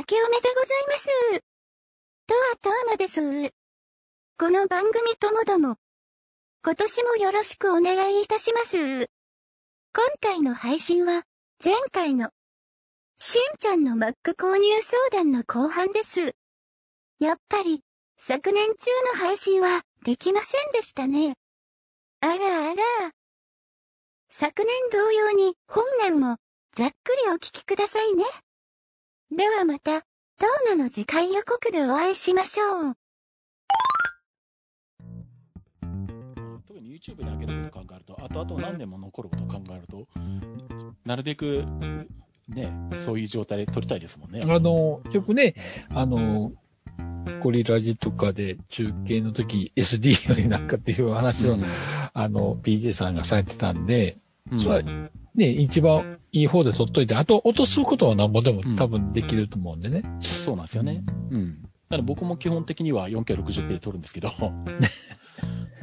けおめでございます。とわです。この番組ともども、今年もよろしくお願いいたします。今回の配信は、前回の、しんちゃんの Mac 購入相談の後半です。やっぱり、昨年中の配信はできませんでしたね。あらあら。昨年同様に本年もざっくりお聞きくださいね。ではまた、トーナの次回予告でお会いしましょう。 特に YouTube で上げることを考えると、あと何年も残ることを考えると、なるべくね、そういう状態で撮りたいですもんね。 よくね、ゴリラジとかで中継の時 SD よりなんかっていう話を、PJ さんがされてたんで、それはね、一番いい方で撮っといて、あと落とすことはなんぼでも多分できると思うんでね。 そうなんですよね。うん。だから僕も基本的には 4K60p で撮るんですけど。うん。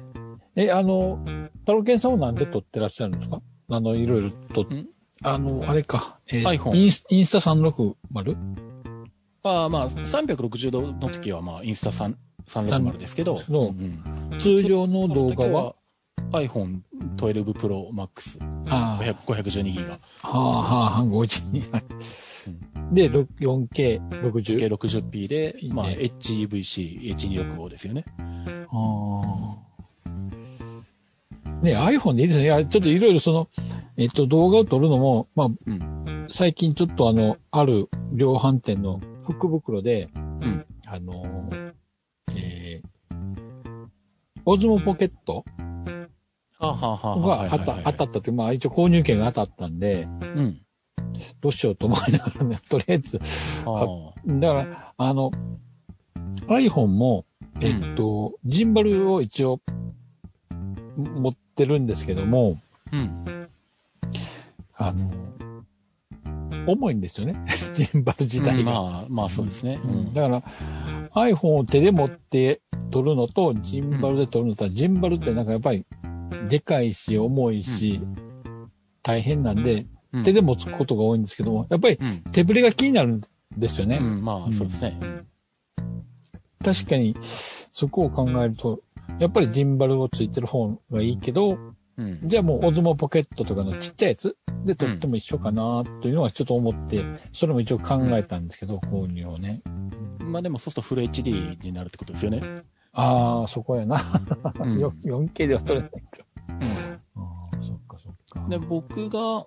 タロケンさんはなんで撮ってらっしゃるんですか？いろいろ撮っ、あれか、 iPhone。 インスタ 360？ まあ、360度の時はインスタ360ですけど、 通常の動画は iPhone 12 Pro Max。512ギガ。 512。で、4K60p で、HEVC、H265 ですよね。 ね、iPhone でいいですね。いや、ちょっといろいろ動画を撮るのも、最近ちょっとある量販店の福袋で、オズモポケットが当たったって、一応購入券が当たったんで、どうしようと思いながらね、とりあえず、だから、iPhone も、ジンバルを一応、持ってるんですけども、重いんですよね。ジンバル自体が。 そうですね。 だから、iPhone を手で持って撮るのと、ジンバルで撮るのと、ジンバルってなんかやっぱり、でかいし、重いし、大変なんで、手で持つことが多いんですけども、やっぱり手ぶれが気になるんですよね。 そうですね。 確かに、そこを考えると、やっぱりジンバルをついてる方がいいけど、じゃあもうオズモポケットとかのちっちゃいやつで撮っても一緒かなというのはちょっと思って、それも一応考えたんですけど、購入をね。 でもそうするとフル HD になるってことですよね。 そこやな。4K では撮れないか。そっか。 で、僕が、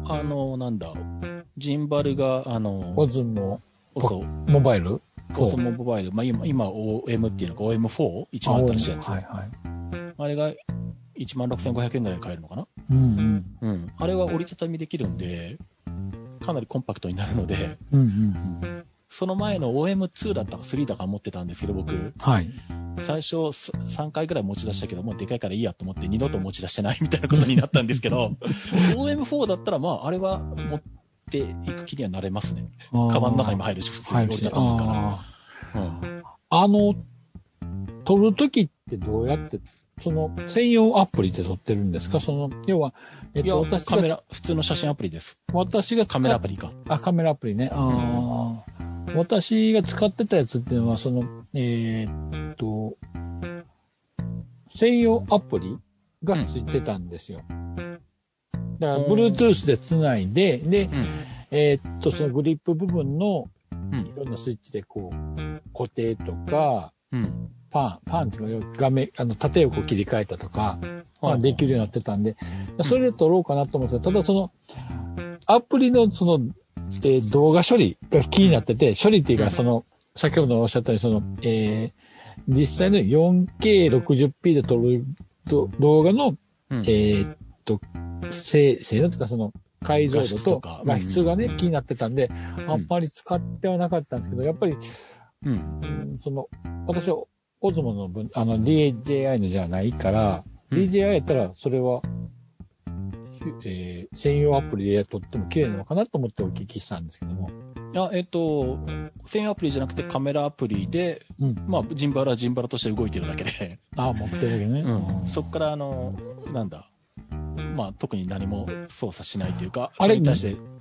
ジンバルが、 オズモモバイル？ オズモモバイル。今 OM っていうのが OM4? 一番新しいやつ。あれが16,500円ぐらいで買えるのかな？あれは折りたたみできるんで、かなりコンパクトになるので、その前の OM2 だったか3だか持ってたんですけど、僕。最初3回ぐらい持ち出したけど、もうでかいからいいやと思って二度と持ち出してないみたいなことになったんですけど、OM4 だったらあれは持っていく気にはなれますね。カバンの中にも入るし、普通に折りたたむから。 撮るときってどうやって、専用アプリで撮ってるんですか？要は、 カメラ、普通の写真アプリです。 私がカメラアプリか。 カメラアプリね。私が使ってたやつっていうのは、専用アプリがついてたんですよ。だから、Bluetooth で繋いで、そのグリップ部分の、いろんなスイッチで固定とか、パンっていうか、画面、縦横切り替えたとか、できるようになってたんで、それで撮ろうかなと思うんですけど、ただアプリの動画処理が気になってて、処理っていうか、先ほどおっしゃったように、実際の 4K60p で撮る動画の、性能とか解像度と画質がね、気になってたんで、あんまり使ってはなかったんですけど、やっぱり、私はオズモのDJI のじゃないから、DJI やったら、それは、専用アプリで撮っても綺麗なのかなと思ってお聞きしたんですけども。 専用アプリじゃなくてカメラアプリで、ジンバルはジンバルとして動いてるだけで。 持ってるだけね。 そっから特に何も操作しないというか、それに対して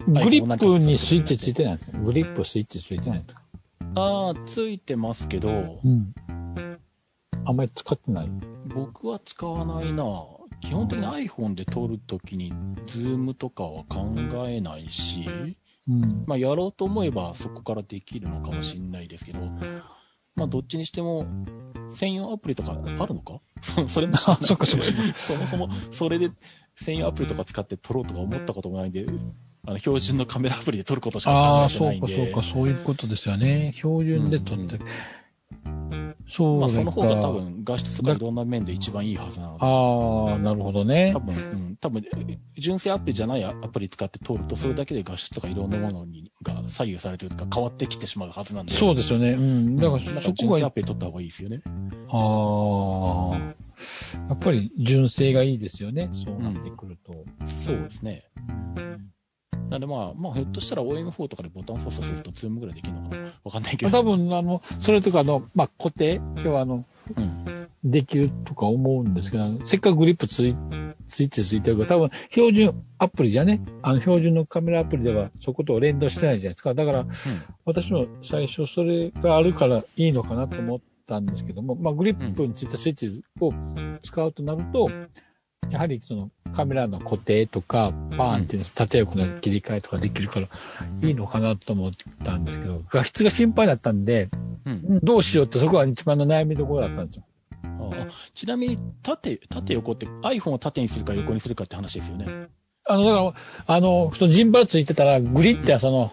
グリップにスイッチついてないんですか？グリップスイッチついてないんですか？ ああ、ついてますけど、 うん。あんまり使ってない？ 僕は使わないな。基本的に iPhone で撮るときに、ズームとかは考えないし、 うん、 まあやろうと思えばそこからできるのかもしれないですけど、まあどっちにしても、専用アプリとかあるのかそれも知らない。 そっかそっか。 そもそも、それで専用アプリとか使って撮ろうとか思ったこともないんで、標準のカメラアプリで撮ることしか考えてないんで。 そうか、そういうことですよね。標準で撮って。そうまあその方が多分画質とかいろんな面で一番いいはずなので。 ああ、なるほどね。 多分、純正アプリじゃないアプリ使って撮ると、それだけで画質とかいろんなものが左右されてるとか変わってきてしまうはずなんで。 そうですよね。うん。だからそこが純正アプリ撮った方がいいですよね。 ああ。やっぱり純正がいいですよね。そうなってくると。 そうですね。なんでまあ、ひょっとしたら OM4 とかでボタン操作するとズームぐらいできるのかなわかんないけど。 多分、それとか固定要はできるとか思うんですけど、せっかくグリップついてるから、多分、標準アプリじゃね、標準のカメラアプリではそこと連動してないじゃないですか。だから、私も最初それがあるからいいのかなと思ったんですけども、グリップについたスイッチを使うとなると、やはりそのカメラの固定とか、バーンっていう縦横の切り替えとかできるからいいのかなと思ったんですけど、画質が心配だったんで、どうしようってそこが一番の悩みどころだったんですよ。 ちなみに縦横って iPhone を縦にするか横にするかって話ですよね。 だから、そのジンバルついてたら、グリって私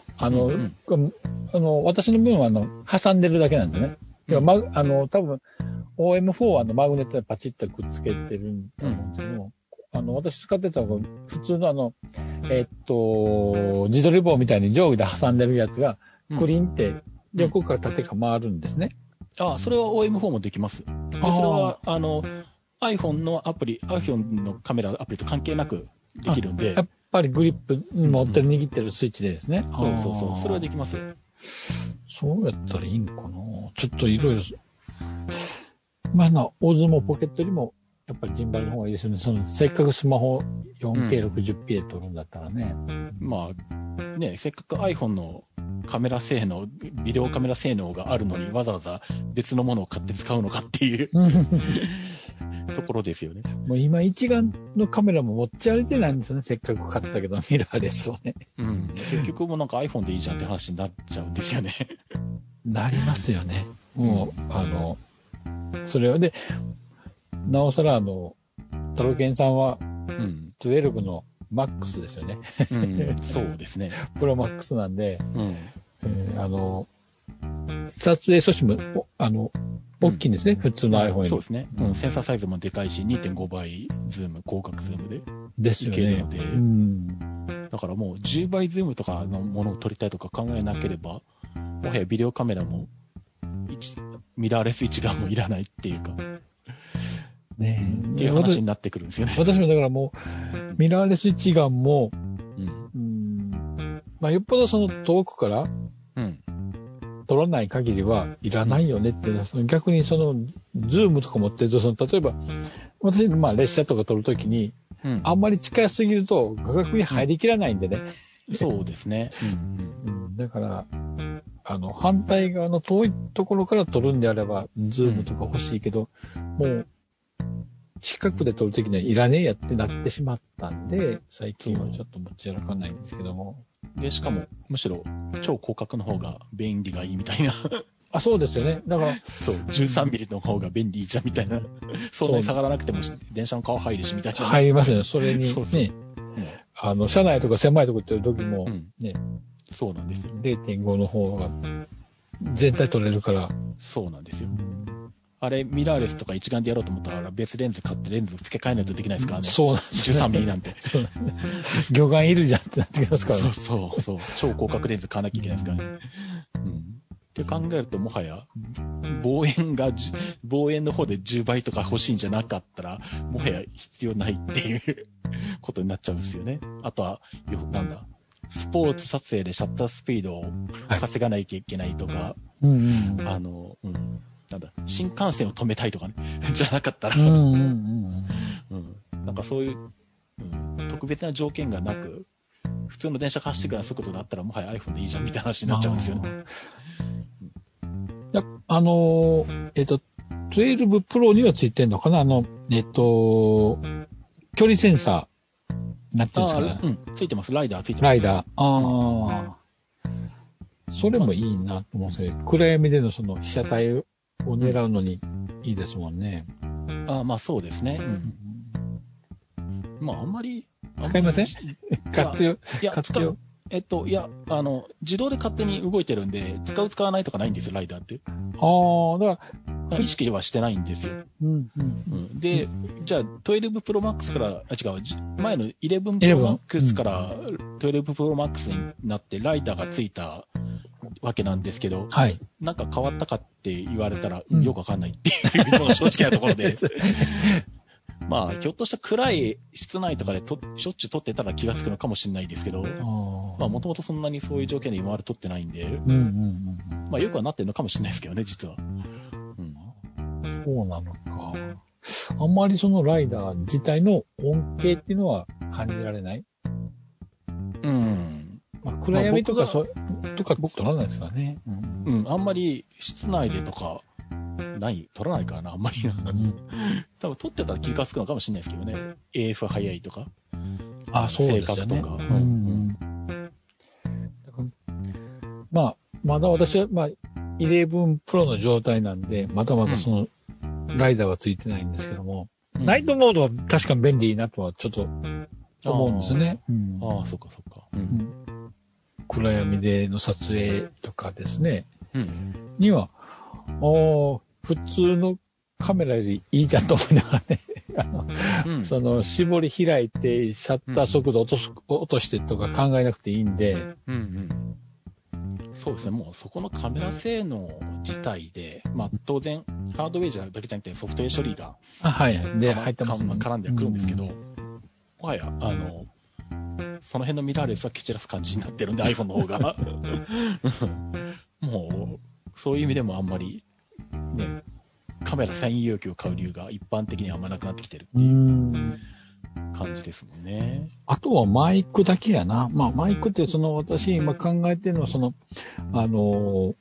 の分は挟んでるだけなんですね。多分、OM4 はマグネットでパチッとくっつけてると思うんですけど、私使ってたのは普通の自撮り棒みたいに上下で挟んでるやつが、グリンって横から縦か回るんですね。 それは OM4 もできます。で、それは、iPhone のアプリ、iPhone のカメラアプリと関係なくできるんで。 やっぱりグリップ持ってる、握ってるスイッチでですね。 そう。それはできます。 そうやったらいいのかな。ちょっといろいろ。オズモポケットよりも、やっぱりジンバルの方がいいですよね。せっかくスマホ 4K60p で撮るんだったらね。 せっかく iPhone のカメラ性能、ビデオカメラ性能があるのにわざわざ別のものを買って使うのかっていうところですよね。 もう今一眼のカメラも持ち歩いてないんですよね。せっかく買ったけど、ミラーレスをね。 結局もうiPhone でいいじゃんって話になっちゃうんですよね。 なりますよね。もう、それで、なおさらトロケンさんは、12のマックスですよね。 そうですね。 プロマックスなんで、撮影素子も、大きいんですね。普通の iPhone より。 そうですね。センサーサイズもでかいし、2.5 倍ズーム、広角ズームで。 ですよね。いけるので。だからもう10倍ズームとかのものを撮りたいとか考えなければ、もはやビデオカメラも、ミラーレス一眼もいらないっていうか。 ねえ。 っていう話になってくるんですよね。 私もだからもう、ミラーレス一眼も、よっぽど遠くから、撮らない限りはいらないよねって、逆にズームとか持ってると、例えば、私、列車とか撮るときに、あんまり近すぎると画角に入りきらないんでね。 そうですね。 だから、反対側の遠いところから撮るんであれば、ズームとか欲しいけど、もう、近くで撮るときにはいらねえやってなってしまったんで、最近はちょっと持ち歩かないんですけども。 で、しかも、むしろ、超広角の方が便利がいいみたいな。 そうですよね。だから、 そう、13ミリの方が便利じゃんみたいな。そんなに下がらなくても、電車の顔入るしみたいな。 入りますね。それに、ね。車内とか狭いとこ行ってる時も、ね。 そうなんですよ。 0.5 の方が、全体撮れるから。 そうなんですよ。あれ、ミラーレスとか一眼でやろうと思ったら、別レンズ買ってレンズ付け替えないとできないですからね。 そうなんですよ、ね。13ミリなんて。 そうなんですね。魚眼いるじゃんってなってきますからね。 そう。超広角レンズ買わなきゃいけないですからね。って考えると、もはや、望遠の方で10倍とか欲しいんじゃなかったら、もはや必要ないっていうことになっちゃうんですよね。あとは、スポーツ撮影でシャッタースピードを稼がなきゃいけないとか、新幹線を止めたいとかね。じゃなかったら、なんかそういう、特別な条件がなく、 普通の電車走ってくる速度だったらもはや iPhone でいいじゃんみたいな話になっちゃうんですよね。 12 Pro にはついてんのかな距離センサーなってるんですかね。 うん、ついてます。ライダーついてます。 ライダー。ああ。それもいいなと思うんですけど、暗闇でのその被写体を狙うのにいいですもんね。 まあそうですね。うん。まああんまり。 使いません？活用。 いや、活用。いや、自動で勝手に動いてるんで、使わないとかないんですよ、ライダーって。 だから、 意識はしてないんですよ。で、じゃあ、12 Pro Max から、前の11 Pro Max から12 Pro Max になって、ライダーがついたわけなんですけど、 はい。 なんか変わったかって言われたら、よくわかんないっていうのが正直なところで。まあ、ひょっとした暗い室内とかでしょっちゅう撮ってたら気がつくのかもしれないですけど、まあ、もともとそんなにそういう条件で今まで撮ってないんで、まあ、よくはなってるのかもしれないですけどね、実は。 そうなのか。あんまりそのライダー自体の恩恵っていうのは感じられない？まあ、暗闇とか僕撮らないですからね。 あんまり室内でとか、撮らないからな、あんまり。多分撮ってたら気がつくのかもしれないですけどね。AF 早いとか。 そうですよね。性格とか。まあ、まだ私は、11 Pro の状態なんで、まだまだその、ライダーはついてないんですけども、ナイトモードは確かに便利いいなとはちょっと思うんですよね。 そっかそっか。 暗闇での撮影とかですね。には、普通のカメラよりいいじゃんと思いながらね。その、絞り開いて、シャッター速度落としてとか考えなくていいんで。 そうですね。もうそこのカメラ性能自体で、まあ当然、ハードウェアだけじゃなくてソフトウェア処理が、 で、入ってますね。 絡んでくるんですけど、もはや、その辺のミラーレスは蹴散らす感じになってるんで、iPhone の方が。もう、そういう意味でもあんまり、ね、カメラ専用機を買う理由が一般的にはあんまなくなってきてるっていう感じですもんね。 あとはマイクだけやな。まあマイクって私今考えてるのは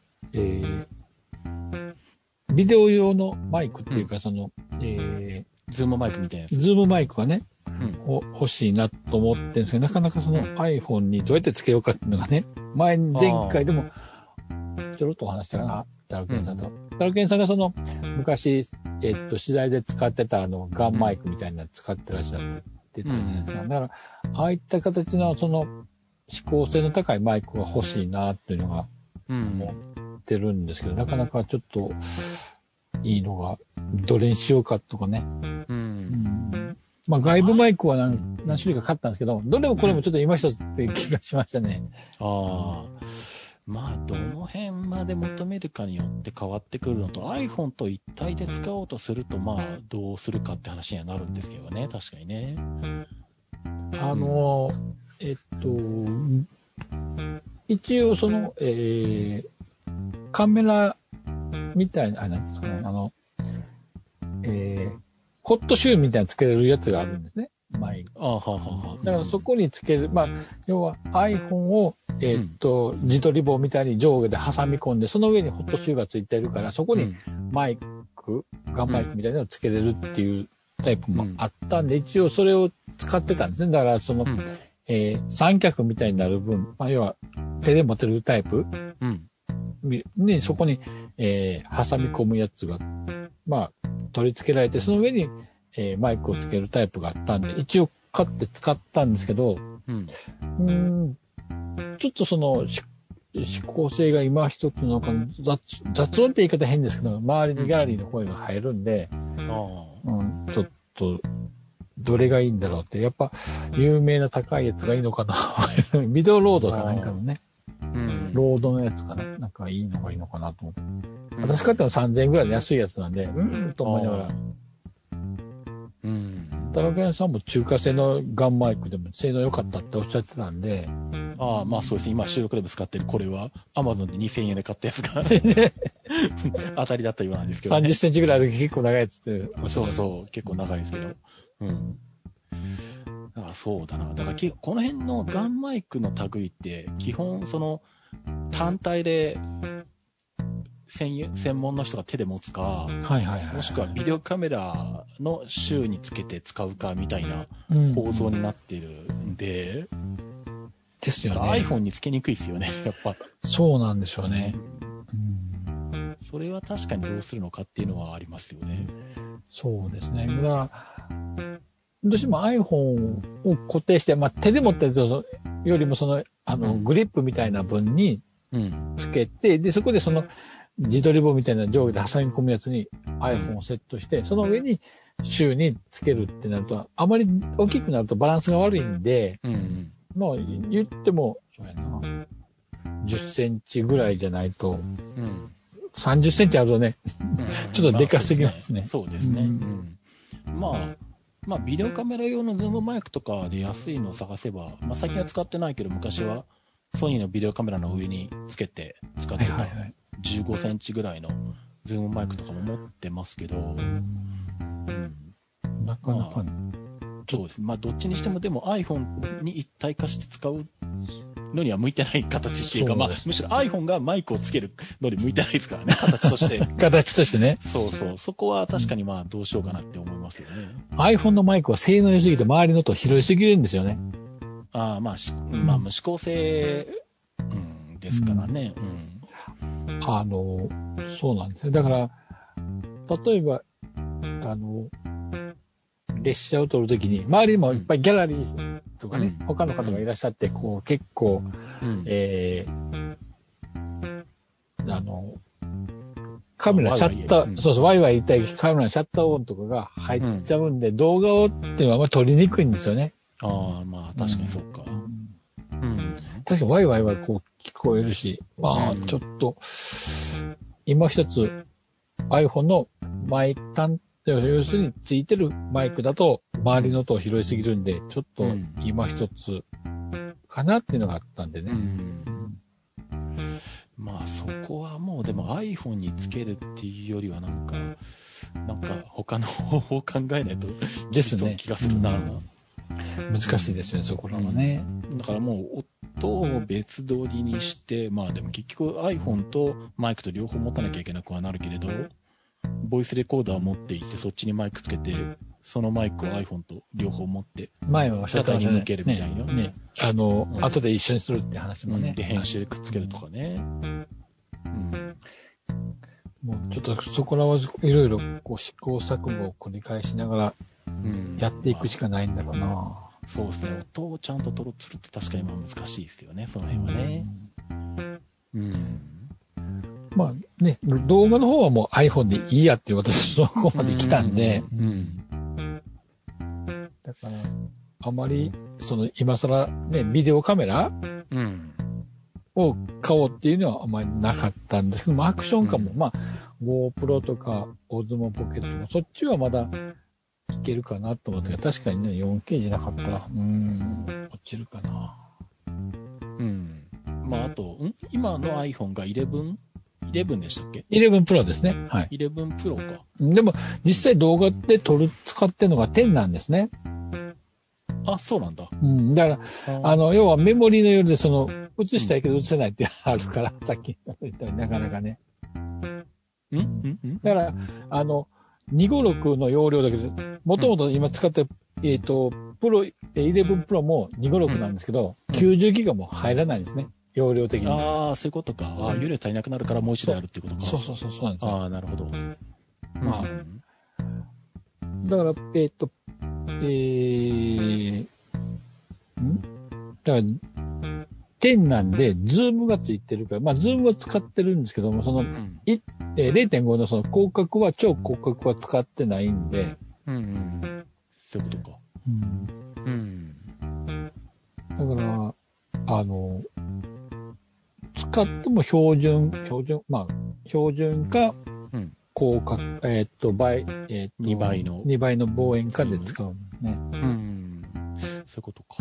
ビデオ用のマイクっていうかズームマイクみたいなやつ。 ズームマイクがね、欲しいなと思ってるんですけど、なかなかiPhone にどうやってつけようかっていうのがね、前回でもちょろっとお話したかな、タルケンさんと。タルケンさんが昔、取材で使ってたガンマイクみたいなの使ってらっしゃってたじゃないですか。だから、ああいった形の指向性の高いマイクが欲しいなっていうのが思ってるんですけど、なかなかちょっといいのが、どれにしようかとかね。まあ外部マイクは何種類か買ったんですけど、どれもこれもちょっと今一つって気がしましたね。 まあ、どの辺まで求めるかによって変わってくるのと、iPhone と一体で使おうとすると、まあ、どうするかって話にはなるんですけどね、確かにね。 一応カメラみたいな、なんですかね、ホットシューみたいなのつけれるやつがあるんですね。マイク。だからそこにつける、まあ、要は iPhone を、自撮り棒みたいに上下で挟み込んで、その上にホットシューがついてるから、そこにマイク、ガンマイクみたいなのをつけれるっていうタイプもあったんで、一応それを使ってたんですね。だから三脚みたいになる分、まあ、要は手で持てるタイプ、に、そこに、挟み込むやつが、まあ、取り付けられて、その上に、マイクをつけるタイプがあったんで、一応買って使ったんですけど、ちょっと指向性が今一つの雑音って言い方変ですけど、周りにギャラリーの声が入るんで、ちょっと、どれがいいんだろうって、やっぱ、有名な高いやつがいいのかな。ミドロードかなんかのね、ロードのやつかな。なんかいいのがいいのかなと思って。私買ったの3000円ぐらいの安いやつなんで、と思いながら。タラケンさんも中華製のガンマイクでも性能良かったっておっしゃってたんで。 まあそうですね。今収録でも使ってるこれは Amazon で2000円で買ったやつが当たりだったようなんですけど、ね。 30センチぐらいで結構長いやつって。 そう、結構長いですけど。 そうだな。だからこの辺のガンマイクの類って、基本単体で専門の人が手で持つか、もしくはビデオカメラの周につけて使うかみたいな構造になっているんで、 ですよね。 iPhone につけにくいですよね、やっぱ。 そうなんでしょうね。 それは確かにどうするのかっていうのはありますよね。 そうですね。だから、どうしても iPhone を固定して、手で持ってるよりもグリップみたいな分につけて、で、そこで自撮り棒みたいな上下で挟み込むやつに iPhone をセットして、その上に周につけるってなると、あまり大きくなるとバランスが悪いんで、言っても、そうやな、10センチぐらいじゃないと、30センチあるとね、ちょっとでかすぎますね。 そうですね。ビデオカメラ用のズームマイクとかで安いのを探せば、最近は使ってないけど、昔はソニーのビデオカメラの上につけて使ってた15センチぐらいのズームマイクとかも持ってますけど、 なかなかね。 そうです。どっちにしてもでも iPhone に一体化して使うのには向いてない形っていうか、むしろ iPhone がマイクをつけるのに向いてないですからね、形として。 形としてね。 そうそう。そこは確かにどうしようかなって思いますよね。 iPhone のマイクは性能良すぎて周りの音拾いすぎるんですよね。 無指向性、ですからね。 そうなんですね。だから、例えば、列車を撮るときに、周りにもいっぱいギャラリーとかね、他の方がいらっしゃって、結構、カメラシャッター、ワイワイ言ったり、カメラシャッターオンとかが入っちゃうんで、動画をっていうのはあんまり撮りにくいんですよね。 確かにそうか。 確かにワイワイは聞こえるし、ちょっと、今一つ iPhone の要するについてるマイクだと周りの音を拾いすぎるんで、ちょっと今一つかなっていうのがあったんでね。 そこはもうでも iPhone につけるっていうよりはなんか他の方法を考えないとですね。 気がするな。 難しいですよね、そこらはね。 だからもう音を別撮りにして、でも結局 iPhone とマイクと両方持たなきゃいけなくはなるけれど、ボイスレコーダー持っていってそっちにマイクつけて、そのマイクを iPhone と両方持って前は肩に向けるみたいな。 後で一緒にするって話もね。 で編集でくっつけるとかね。 もうちょっとそこらはいろいろ試行錯誤を繰り返しながらやっていくしかないんだろうな。 そうですね。音をちゃんと撮ろうとすると確かに難しいですよね、その辺はね。 動画の方はもう iPhone でいいやっていう私そこまで来たんで、だからあまり今更ねビデオカメラを買おうっていうのはあまりなかったんですけども、アクションカメラ、GoPro とか Osmo Pocket とかそっちはまだいけるかなと思ったけど、確かにね 4K じゃなかったら落ちるかな。 あと今の iPhone が11でしたっけ ?11 Pro ですね。はい。 11 Pro か。 でも、実際動画で使ってるのが10なんですね。 そうなんだ。 だから、要はメモリのようで、映したいけど映せないってあるから、さっき言ったようになかなかね。だから、256の容量だけど、もともと今使ってる、プロ、11 Pro も256なんですけど、90ギガも入らないんですね。容量的に。 そういうことか。容量足りなくなるからもう一台あるってことか。 そうなんですよ。 なるほど。 だから、だから、10なんで、ズームがついてるから、ズームは使ってるんですけども、0.5 の超広角は使ってないんで。 そういうことか。 だから、使っても標準か、広角、 2倍の。 2倍の望遠かで使うね。 そういうことか。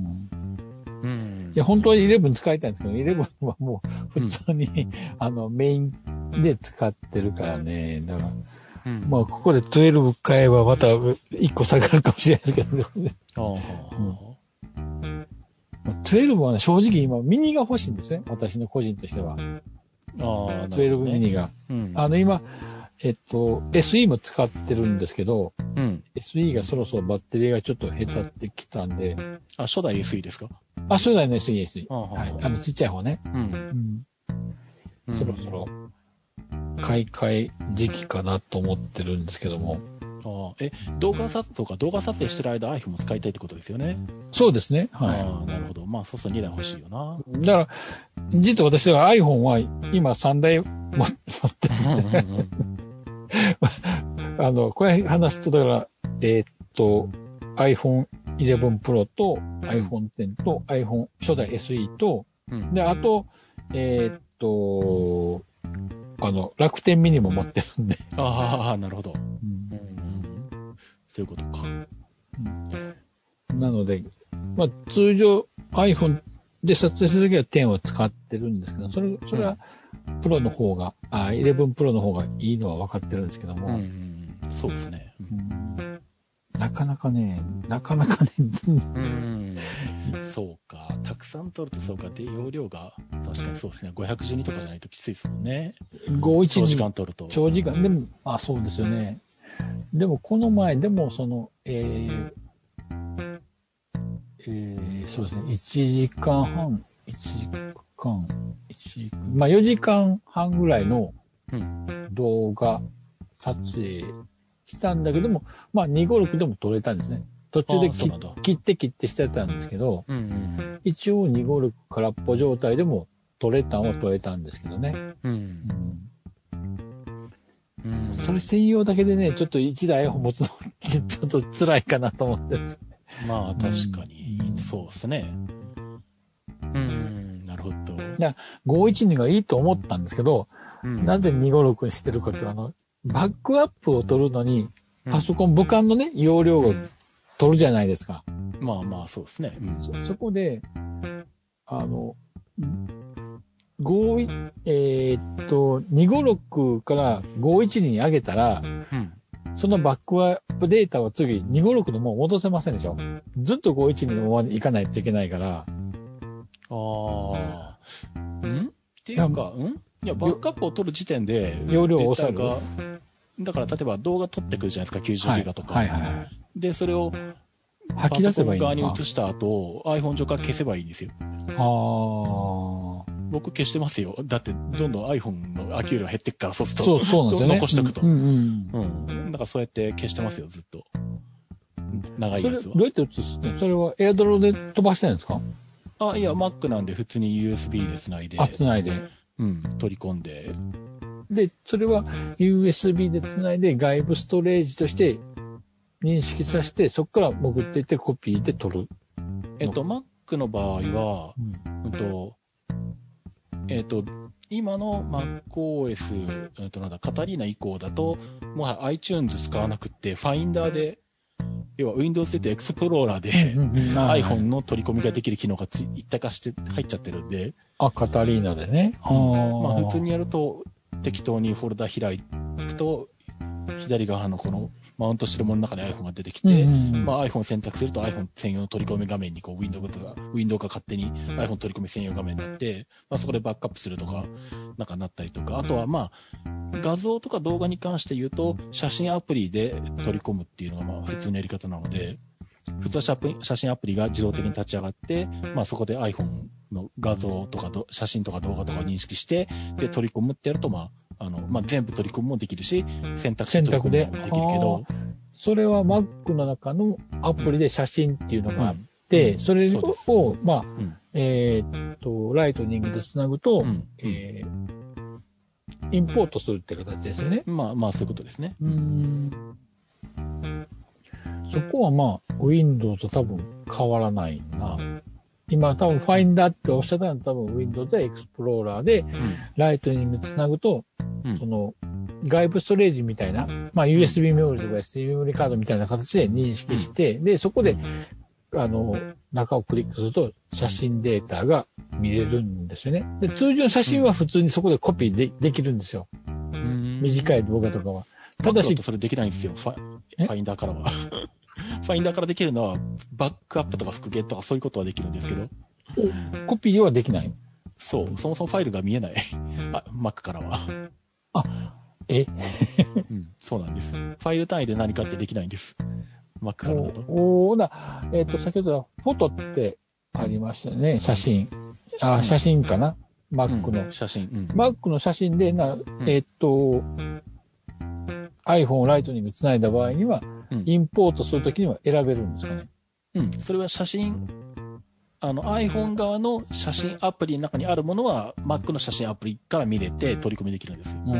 いや、本当は11使いたいんですけど、11はもう普通に、メインで使ってるからね。だから、 まあ、ここで12買えばまた1個下がるかもしれないですけど、ね。12はね、正直今、ミニが欲しいんですね。私の個人としては。12ミニが。今、SE も使ってるんですけど、SE がそろそろバッテリーがちょっと減っちゃってきたんで。 初代 SE ですか？ 初代の SE。はい。ちっちゃい方ね。そろそろ、買い替え時期かなと思ってるんですけども。 動画撮影してる間 iPhone も使いたいってことですよね。 そうですね。はい。 なるほど。まあ、そうそう2台欲しいよな。 だから、実は私は iPhone は今3台持ってるんで、ね。これ話すと、だから、iPhone 11 Pro と iPhone X と iPhone 初代 SE と、で、あと、楽天ミニも持ってるんで。 なるほど。そういうことか。 なので、まあ、通常 iPhone で撮影するときは10を使ってるんですけど、それは、プロの方が、11 Pro の方がいいのは分かってるんですけども。 そうですね。 なかなかね。 そうか。たくさん撮るとそうか。で、容量が、確かにそうですね。512とかじゃないときついですもんね。 512。 長時間撮ると。 長時間。でも、そうですよね。でも、この前、でも、そうですね。1時間半、まあ4時間半ぐらいの動画撮影したんだけども、まあ256でも撮れたんですね。途中で切ってしてたんですけど、一応256空っぽ状態でも撮れたんですけどね。それ専用だけでね、ちょっと1台 iPhone 持つのちょっと辛いかなと思って。 まあ確かに、そうですね。なるほど。 512がいいと思ったんですけど、なぜ256にしてるかってバックアップを取るのに、パソコン母艦のね、容量を取るじゃないですか。 まあそうですね。 そこで、256から512に上げたら、そのバックアップデータは次256のもう戻せませんでしょ。ずっと512のまま行かないといけないから。 っていうか、いや、バックアップを取る時点で、 容量を抑える。 だから、例えば動画撮ってくるじゃないですか、90ギガとか。で、それを、 吐き出せばいいのか。 パソコン側に移した後、iPhone 上から消せばいいんですよ。僕消してますよ。だって、どんどん iPhone の空き容量減ってっから、そうすると。 そうなんですよね。 残しとくと。だからそうやって消してますよ、ずっと。長いやつは。 それ、どうやって移すの？それはエアドロで飛ばしてるんですか？ いや、Mac なんで普通に USB で繋いで。 繋いで。 取り込んで。 で、それは USB で繋いで外部ストレージとして認識させて、そこから潜っていってコピーで取る。 Mac の場合は、今の MacOS、カタリーナ以降だと、もはや iTunes 使わなくって、Finder で、要は Windows でエクスプローラーで iPhone の取り込みができる機能が一体化して入っちゃってるんで。 カタリーナでね。 まあ普通にやると適当にフォルダ開くと、左側のこのマウントしてるものの中で iPhone が出てきて、まあ iPhone 選択すると iPhone 専用の取り込み画面にこう Windows が勝手に iPhone 取り込み専用画面になって、まあそこでバックアップするとか、なんかなったりとか、あとはまあ、画像とか動画に関して言うと、写真アプリで取り込むっていうのがまあ普通のやり方なので、普通は写真アプリが自動的に立ち上がって、まあそこで iPhone の画像とか写真とか動画とかを認識して、で取り込むってやるとまあ、まあ全部取り込むもできるし、選択して取り込むもできるけど、 それは Mac の中のアプリで写真っていうのがあって、それを、まあ、ライトニングで繋ぐと、インポートするって形ですよね。 まあそういうことですね。 そこはまあ、Windows と多分変わらないな。今多分 Finder っておっしゃったのは多分 Windows や Explorer で、ライトニングで繋ぐと、その、外部ストレージみたいな、まあ USB メモリとか SD メモリカードみたいな形で認識して、で、そこで、中をクリックすると写真データが見れるんですよね。で、通常の写真は普通にそこでコピーできるんですよ。短い動画とかは。 ただし、それできないんですよ。ファインダーからは。ファインダーからできるのは、バックアップとか復元とかそういうことはできるんですけど。 コピーはできない？ そう。そもそもファイルが見えない。Mac からは。 うん、 そうなんです。ファイル単位で何かってできないんです。Mac からだと。 先ほどフォトってありましたね。写真。写真かな。Mac の。 写真。 Mac の写真でiPhone ライトニングつないだ場合には、インポートするときには選べるんですかね。 それは写真、iPhone 側の写真アプリの中にあるものは Mac の写真アプリから見れて取り込みできるんですよ。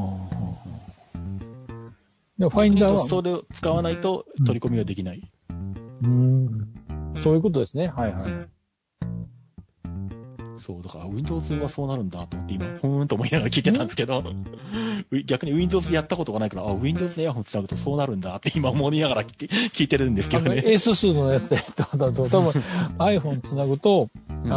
でファインダーはそれを使わないと取り込みはできない。 そういうことですね。はいはい。 そう、だから Windows はそうなるんだと思って今、と思いながら聞いてたんですけど、逆に Windows やったことがないから、Windows でイヤホンつなぐとそうなるんだって今思いながら聞いてるんですけどね。 S 数のやつで、多分 iPhone つなぐと、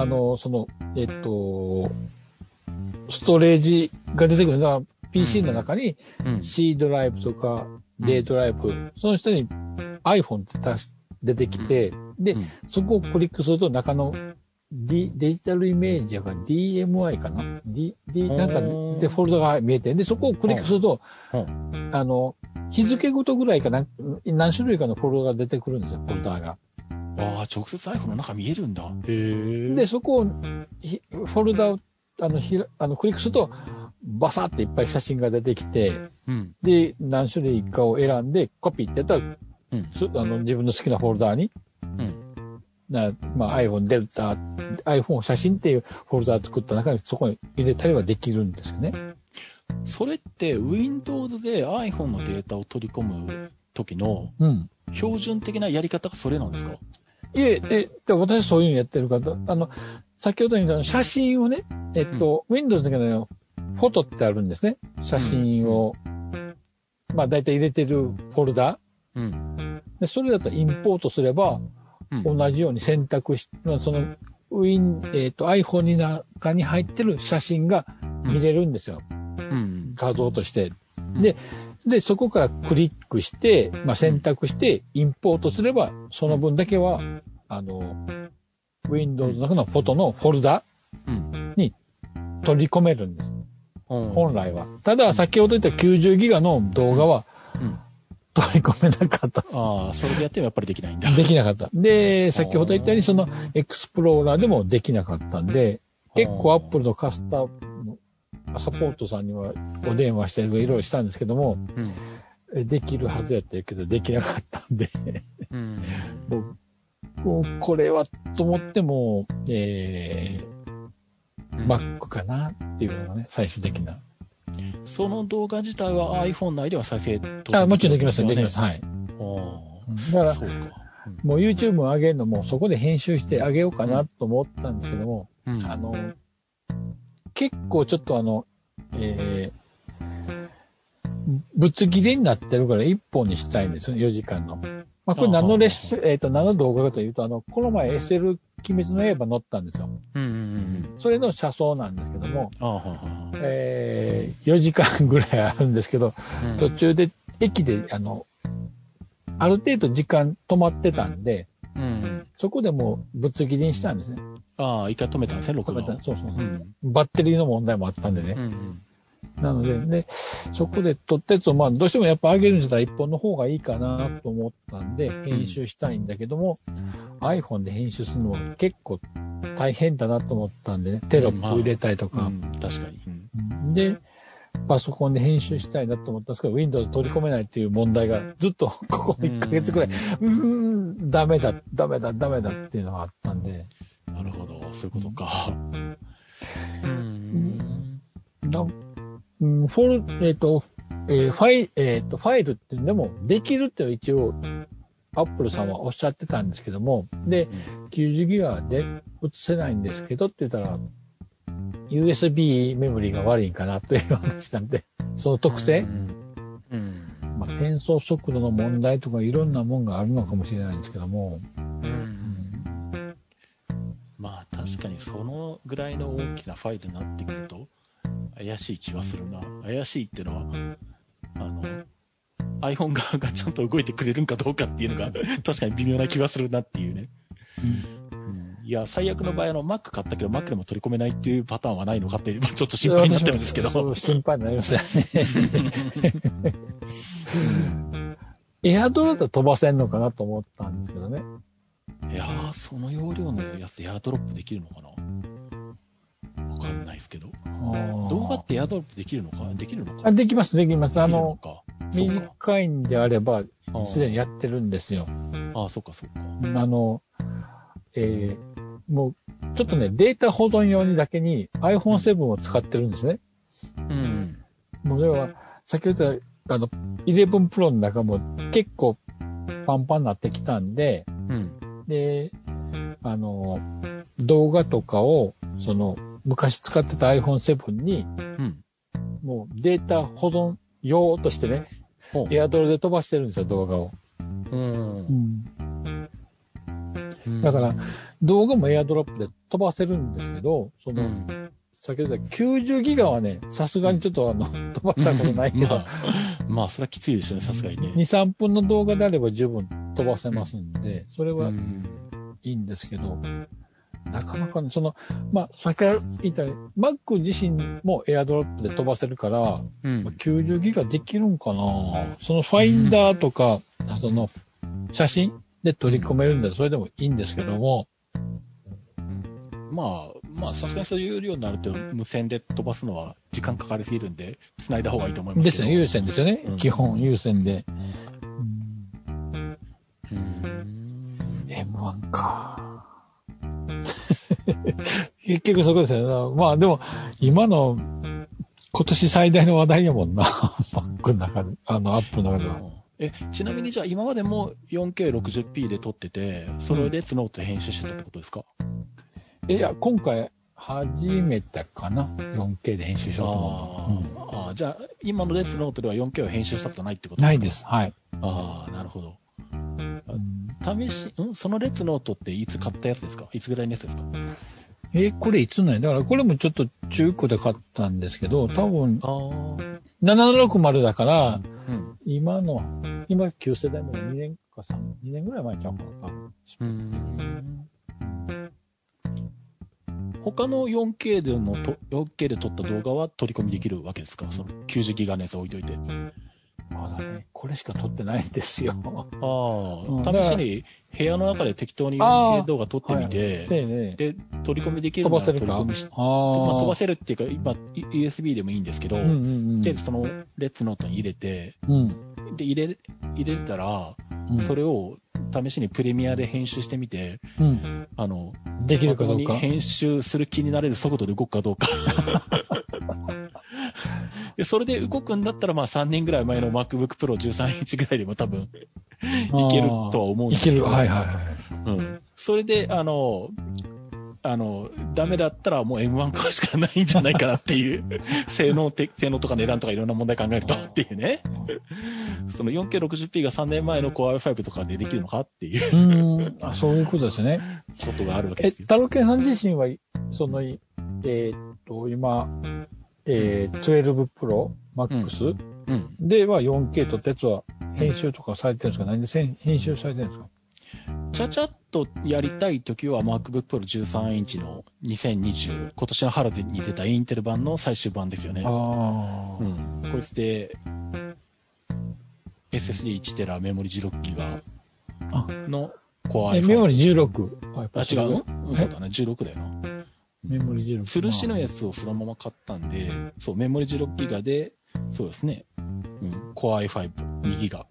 ストレージが出てくるのが PC の中に C ドライブとか D ドライブ、その下に iPhone って出てきて、で、そこをクリックすると中のデジタルイメージやから DMI かな、なんかでフォルダが見えて、で、そこをクリックすると、日付ごとぐらいかな、何種類かのフォルダが出てくるんですよ、フォルダが。 直接 iPhone の中見えるんだ。 で、そこを、フォルダを、クリックすると、バサっていっぱい写真が出てきて、で、何種類かを選んで、コピーってやったら、自分の好きなフォルダに、iPhone デルタ、iPhone 写真っていうフォルダを作った中にそこに入れたりはできるんですよね。 それって Windows で iPhone のデータを取り込む時の標準的なやり方がそれなんですか？ いえ、私そういうのやってるから、先ほど言った写真をね、Windows だけどフォトってあるんですね。写真を、だいたい入れてるフォルダ。でそれだとインポートすれば、同じように選択し、その、iPhone に中に入ってる写真が見れるんですよ。画像として。で、そこからクリックして、選択して、インポートすれば、その分だけは、Windows の中のフォトのフォルダに取り込めるんです。本来は。ただ、先ほど言った90ギガの動画は、取り込めなかった。 それでやってもやっぱりできないんだ。 できなかった。で、先ほど言ったように、その、エクスプローラーでもできなかったんで、結構 Apple のカスタム、サポートさんにはお電話していろいろしたんですけども、できるはずやったけど、できなかったんで、もうこれはと思っても、Mac かなっていうのがね、最終的な。 その動画自体は iPhone 内では再生もちろんできますよ、できます。はい。だから、もう YouTube を上げるのもそこで編集してあげようかなと思ったんですけども、結構ちょっとぶつ切れになってるから1本にしたいんですよね、4時間の。これ何の何の動画かというと、この前 SL 鬼滅の刃乗ったんですよ。それの車窓なんですけども、4時間ぐらいあるんですけど、途中で駅で、ある程度時間止まってたんで、そこでもうぶつ切りにしたんですね。 一回止めたんですね、録画を。 そう。バッテリーの問題もあったんでね。なので、そこで撮ったやつを、どうしてもやっぱ上げるんだったら1本の方がいいかなと思ったんで、編集したいんだけども、iPhone で編集するのは結構大変だなと思ったんでね、テロップ入れたりとか。 確かに。 で、パソコンで編集したいなと思ったんですけど、Windows 取り込めないっていう問題がずっとここ1ヶ月くらい、ダメだっていうのがあったんで。 なるほど、そういうことか。 ファイルっていうのでもできるって一応、Apple さんはおっしゃってたんですけども、で、90ギガで映せないんですけどって言ったら、USB メモリーが悪いんかなという話なんで、その特性、転送速度の問題とかいろんなもんがあるのかもしれないんですけども、 確かにそのぐらいの大きなファイルになってくると怪しい気はするな。怪しいっていうのは iPhone 側がちゃんと動いてくれるんかどうかっていうのが確かに微妙な気がするなっていうね。いや、最悪の場合Mac 買ったけど Mac でも取り込めないっていうパターンはないのかって、ちょっと心配になってるんですけど。 そう心配になりますよね。エアドロップ飛ばせんのかなと思ったんですけどね。 いやー、その容量のやつでエアドロップできるのかな、わかんないですけど。動画ってエアドロップできるのかあ、できます、できます。短いんであれば、すでにやってるんですよ。 ああ、そっかそっか。 もう、ちょっとね、データ保存用にだけに iPhone7 を使ってるんですね。 うん。 もう要は、先ほど言った11 Pro の中も結構パンパンになってきたんで、 うん。 で、動画とかを、昔使ってた iPhone7 に、もうデータ保存用としてね、エアドロで飛ばしてるんですよ、動画を。だから、動画もエアドロップで飛ばせるんですけど、先ほど言った90ギガはね、さすがにちょっと飛ばしたことないけど。 まあ、それはきついですよね、さすがにね。 2、3分の動画であれば十分飛ばせますんで、それはいいんですけど、なかなかね、先ほど言ったように、Mac 自身もエアドロップで飛ばせるから、90ギガできるんかな、そのファインダーとか、写真で取り込めるんで、それでもいいんですけども。 まあ、さすがにそういう量になると、無線で飛ばすのは時間かかりすぎるんで、繋いだ方がいいと思いますけど。 ですね、有線ですよね。基本有線で。M1 か。結局そこですよね。まあでも、今年最大の話題やもんな。Mac の中で、アップの中では。 ちなみにじゃあ今までも 4K60p で撮ってて、それでスノートで編集してたってことですか？ いや、今回初めてかな。4K で編集しようと思う。じゃあ今のレスノートでは 4K を編集したことないってことですか？ないです。はい。 なるほど。そのレッツノートっていつ買ったやつですか？いつぐらいのやつですか？ これいつのや？だからこれもちょっと中古で買ったんですけど、多分、760だから、今旧世代も2年ぐらい前ちゃうかな、多分。 他の 4K で撮った動画は取り込みできるわけですか？その90ギガのやつ置いといて。 まだね、これしか撮ってないんですよ。 試しに部屋の中で適当に 4K 動画撮ってみて、で、取り込みできるのら取り込みして、 飛ばせるっていうか、USB でもいいんですけど、で、そのレッツノートに入れて、で、入れたら、それを試しにプレミアで編集してみて、 できるかどうか。 編集する気になれる速度で動くかどうか。で、それで動くんだったら、3年ぐらい前の MacBook Pro 13インチぐらいでも多分、いけるとは思うんですけど。いける。はいはいはい。それで、ダメだったらもう M1 買うしかないんじゃないかなっていう、性能とか値段とかいろんな問題考えるとっていうね。その 4K60p が3年前の Core i5 とかでできるのかっていう。 そういうことですね。 ことがあるわけですよ。 タロケンさん自身は、今、12 Pro Max、では 4K と鉄は編集とかされてるんですか？何で編集されてるんですか？ ちゃちゃっとやりたいときは MacBook Pro 13インチの2020、今年の春に出たインテル版の最終版ですよね。こいつで SSD1TB メモリ 16GB の Core i5。 メモリ 16？ 違う？そうだね、16だよな。 メモリ16。 吊るしのやつをそのまま買ったんで、そう、メモリ 16GB で、そうですね。Core i5、2GB。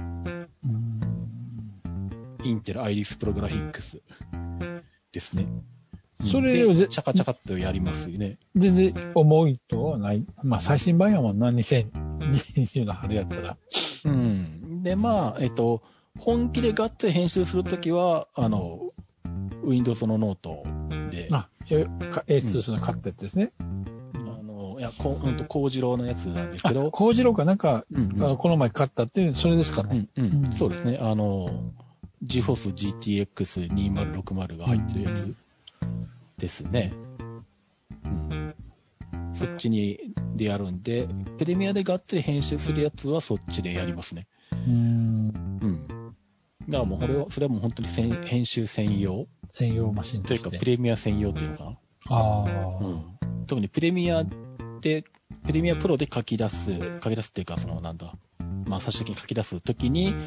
インテルアイリスプログラフィックスですね。 それをチャカチャカっとやりますよね。 全然重いとはない。最新版やもんな、2020の春やったら。 で、本気でガッツリ編集するときは、Windows のノートで。 A2 の買ったやつですね。 コウジローのやつなんですけど。 コウジローかなんか、この前買ったっていう、それですかね。 そうですね。GeForce GTX 2060が入ってるやつですね。そっちでやるんで、プレミアでがっつり編集するやつはそっちでやりますね。 うん。だからもうそれはもう本当に編集専用マシンというか、プレミア専用っていうのかな。特にプレミアプロで書き出すっていうか、まあ、最終的に書き出すときに、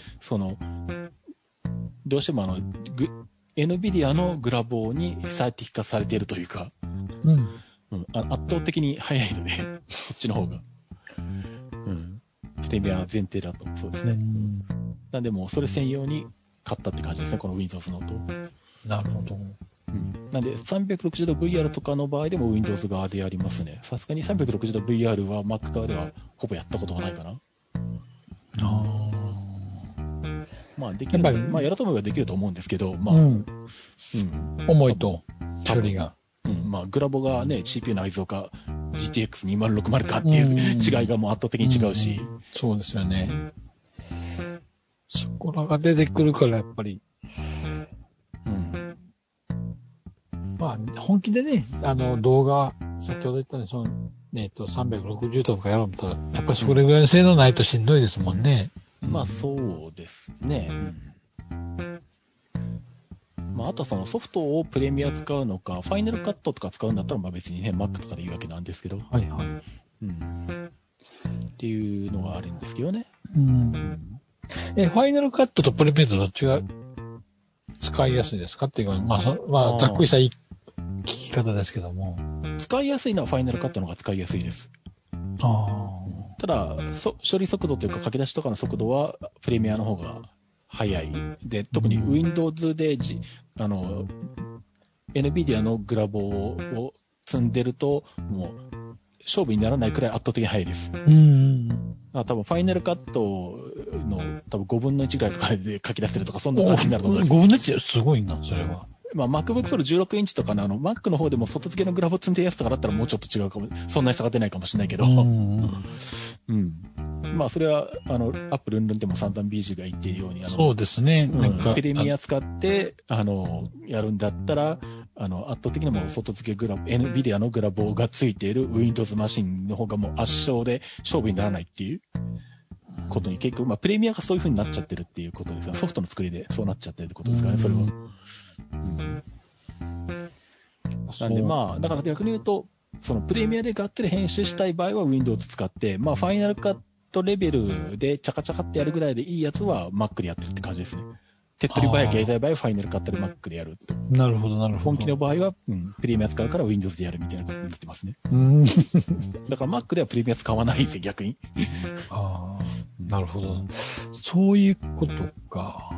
どうしてもNVIDIA のグラボに最適化されているというか、圧倒的に早いので、そっちの方が。プレミア前提だと、そうですね。なんでもうそれ専用に買ったって感じですね、この Windows ノート。 なるほど。 なんで、360度 VR とかの場合でも Windows 側でやりますね。さすがに360度 VR は Mac 側ではほぼやったことがないかな。まあ、できる。まあ、やろうと思えばできると思うんですけど、まあ、 重いと、処理が。 まあ、グラボがね、CPU 内蔵か、GTX2060 かっていう違いがもう圧倒的に違うし。 そうですよね。そこらが出てくるから、やっぱり。まあ、本気でね、動画、先ほど言ったように、360度とかやろうと思ったら、やっぱりそれぐらいの性能ないとしんどいですもんね。 まあ、そうですね。まあ、あとはソフトをプレミア使うのか、ファイナルカットとか使うんだったら、まあ別にね、Mac とかでいいわけなんですけど。っていうのがあるんですけどね。 ファイナルカットとプレミアとどっちが使いやすいですかっていうか、まあ、ざっくりした聞き方ですけども。 使いやすいのはファイナルカットの方が使いやすいです。ただ、処理速度というか書き出しとかの速度はプレミアの方が速い。で、特に Windows でNVIDIA のグラボを積んでると、もう勝負にならないくらい圧倒的に速いです。多分ファイナルカットの多分5分の1ぐらいとかで書き出せるとか、そんな感じになると思います。 5分の 1? すごいな、それは。 まあ、MacBook Pro 16インチとかのMac の方でも外付けのグラボ積んでるやつとかだったらもうちょっと違うかも、そんなに差が出ないかもしれないけど。まあ、それは、Apple でも散々 BG が言っているように、 そうですね。 プレミア使って、やるんだったら、圧倒的にも外付けNVIDIA のグラボがついている Windows マシンの方がもう圧勝で勝負にならないっていうことに結構、まあ、プレミアがそういう風になっちゃってるっていうことですが、ソフトの作りでそうなっちゃってるってことですかね、それは。なんでまあ、だから逆に言うと、プレミアでがっつり編集したい場合は Windows 使って、まあ、ファイナルカットレベルでチャカチャカってやるぐらいでいいやつは Mac でやってるって感じですね。手っ取り早い経済場合はファイナルカットで Mac でやると。 なるほど、なるほど。 本気の場合は、プレミア使うから Windows でやるみたいなことになってますね。だから Mac ではプレミア使わないんですよ、逆に。 なるほど。そういうことか。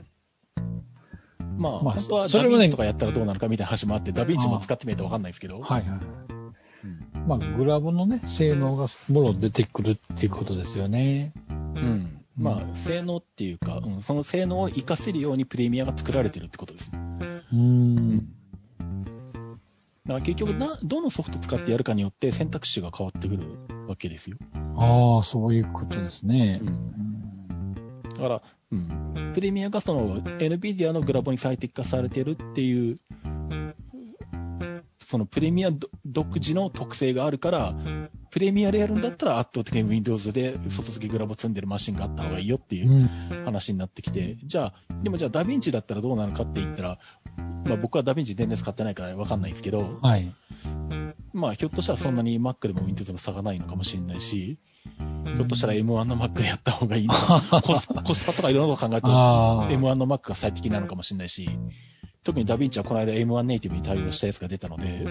まあ、本当はダヴィンチとかやったらどうなるかみたいな話もあって、ダヴィンチも使ってみないとわかんないですけど。まあ、 グラボのね、性能がもろ出てくるっていうことですよね。 まあ、性能っていうか、その性能を活かせるようにプレミアが作られてるってことですね。だから結局どのソフト使ってやるかによって選択肢が変わってくるわけですよ。 そういうことですね。 だから、プレミアがNVIDIA のグラボに最適化されてるっていう、そのプレミア独自の特性があるから、プレミアでやるんだったら圧倒的に Windows で外付けグラボ積んでるマシンがあった方がいいよっていう話になってきて、でもダヴィンチだったらどうなのかって言ったら、まあ僕はダヴィンチ全然使ってないからわかんないですけど、まあひょっとしたらそんなに Mac でも Windows でも差がないのかもしれないし、ひょっとしたら M1 の Mac でやった方がいいのか、コスパとかいろんなこと考えると M1 の Mac が最適なのかもしれないし、特にダヴィンチはこの間 M1 ネイティブに対応したやつが出たので、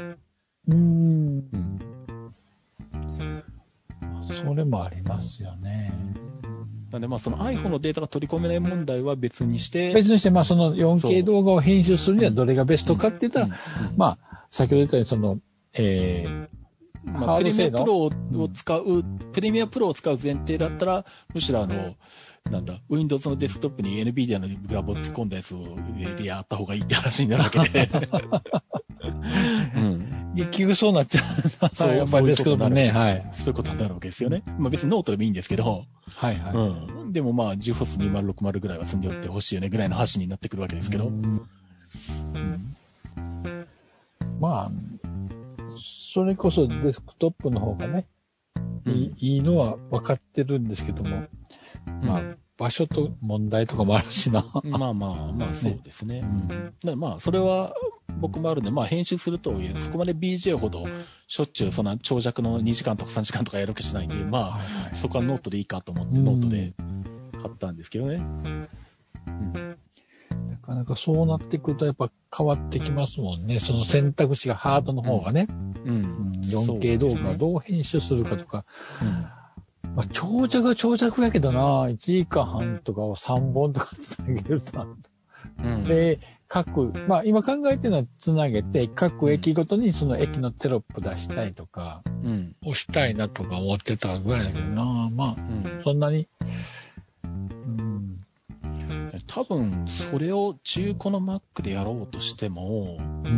それもありますよね。 なんでまあその iPhone のデータが取り込めない問題は別にして、 まあその 4K 動画を編集するにはどれがベストかって言ったら、まあ先ほど言ったようにまあ、プレミアプロを使う前提だったら、むしろWindows のデスクトップに NVIDIA のグラボを突っ込んだやつをやった方がいいって話になるわけで。 結局そうなっちゃう。そう、やっぱりデスクトップね。 そういうことになるわけですよね。まあ別にノートでもいいんですけど。でもまあ GeForce 2060ぐらいは積んでおってほしいよねぐらいの話になってくるわけですけど。 まあ、それこそデスクトップの方がね、いいのは分かってるんですけども、まあ、 場所と問題とかもあるしな。 まあまあまあ、そうですね。だからまあ、それは僕もあるんで、まあ編集すると、そこまで BJ ほどしょっちゅうそんな長尺の2時間とか3時間とかやるわけしないんで、まあ、そこはノートでいいかと思ってノートで買ったんですけどね。 なかなかそうなってくるとやっぱ変わってきますもんね。その選択肢がハードの方がね。4K 動画をどう編集するかとか。まあ、長尺は長尺やけどな、1時間半とかを3本とかつなげると。で、まあ今考えてるのはつなげて、各駅ごとにその駅のテロップ出したいとか、押したいなとか思ってたぐらいだけどな、まあ、そんなに。 多分、それを中古の Mac でやろうとしても、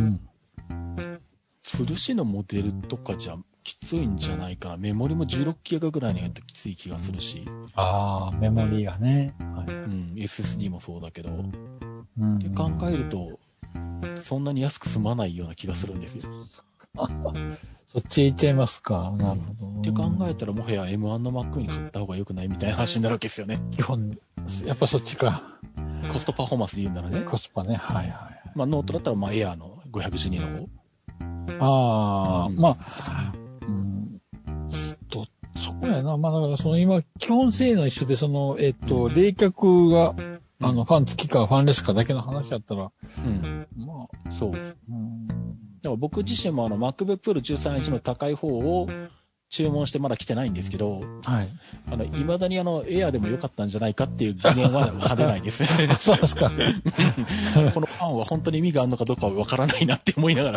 吊るしのモデルとかじゃきついんじゃないかな。メモリも16ギガぐらいにやったらきつい気がするし。 メモリがね。 SSD もそうだけど。って考えると、そんなに安く済まないような気がするんですよ。 そっち行っちゃいますか。なるほど。 って考えたらもはや M1 の Mac に買った方が良くないみたいな話になるわけですよね。 基本、やっぱそっちか。 コストパフォーマンスで言うんならね。 コスパね。 まあノートだったらまあ Air の512の方。 まあ、そこやな。まあだからその今、基本性能一緒で、その、冷却が、ファン付きかファンレスかだけの話だったら、まあ、 そう。だから僕自身もMacBook Pro 13インチの高い方を注文してまだ来てないんですけど、未だにエアでも良かったんじゃないかっていう疑念は晴れないです。 そうですか。 このファンは本当に意味があるのかどうかはわからないなって思いながら、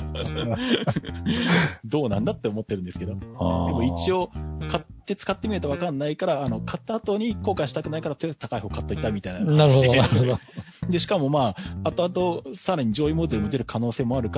どうなんだって思ってるんですけど。でも一応、買って使ってみるとわかんないから、買った後に後悔したくないから、とりあえず高い方買っといたみたいな。 なるほど、なるほど。 で、しかもまあ、後々、さらに上位モデルも出る可能性もあるから、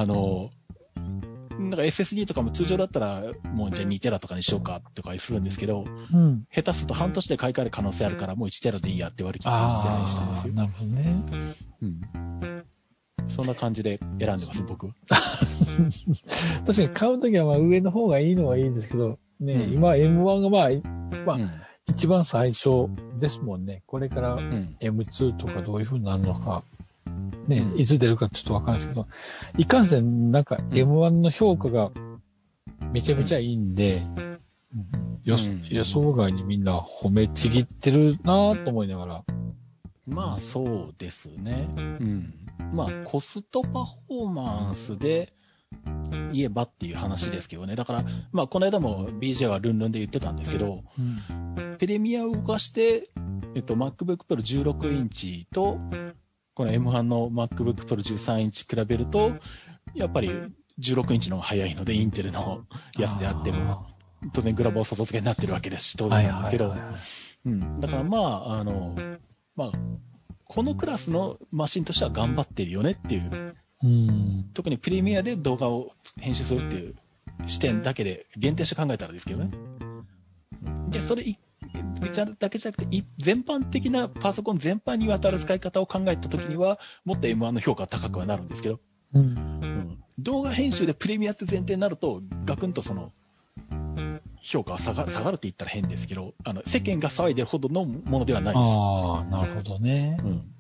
なんか SSD とかも通常だったら、もうじゃあ2テラとかにしようかとかするんですけど、下手すると半年で買い替える可能性あるから、もう1テラでいいやって割り切って1テラにしたんですよ。 なるほどね。 そんな感じで選んでます、僕は。 確かに買うときはまあ上の方がいいのはいいんですけど、ね、今 M1 がまあ、一番最初ですもんね。これから M2 とかどういう風になるのか。ね、いつ出るかちょっとわかんないですけど、いかんせんなんか M1 の評価がめちゃめちゃいいんで、予想外にみんな褒めちぎってるなぁと思いながら。 まあそうですね。まあコストパフォーマンスで言えばっていう話ですけどね。だから、まあこの間も BJ はルンルンで言ってたんですけど、プレミアを動かして、MacBook Pro 16インチと、この M1 の MacBook Pro 13インチ比べると、やっぱり16インチの方が早いので、インテルのやつであっても、当然グラボ外付けになってるわけですし、当然なんですけど、だからまあ、まあ、このクラスのマシンとしては頑張ってるよねっていう、特にプレミアで動画を編集するっていう視点だけで限定して考えたらですけどね。で、それだけじゃなくて、全般的なパソコン全般にわたる使い方を考えたときには、もっと M1 の評価は高くはなるんですけど、動画編集でプレミアって前提になると、ガクンとその、評価は下がるって言ったら変ですけど、世間が騒いでるほどのものではないです。 なるほどね。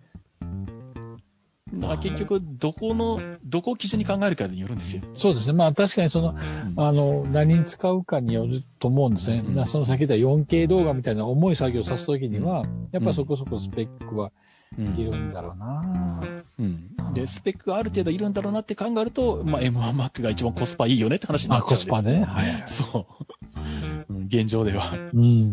だから結局、どこを基準に考えるかによるんですよ。 そうですね。まあ確かに何に使うかによると思うんですね。その先で 4K 動画みたいな重い作業をさすときには、やっぱそこそこスペックはいるんだろうな。 で、スペックがある程度いるんだろうなって考えると、まあ M1 Mac が一番コスパいいよねって話になっちゃうんです。 コスパね。はい。 そう。現状では。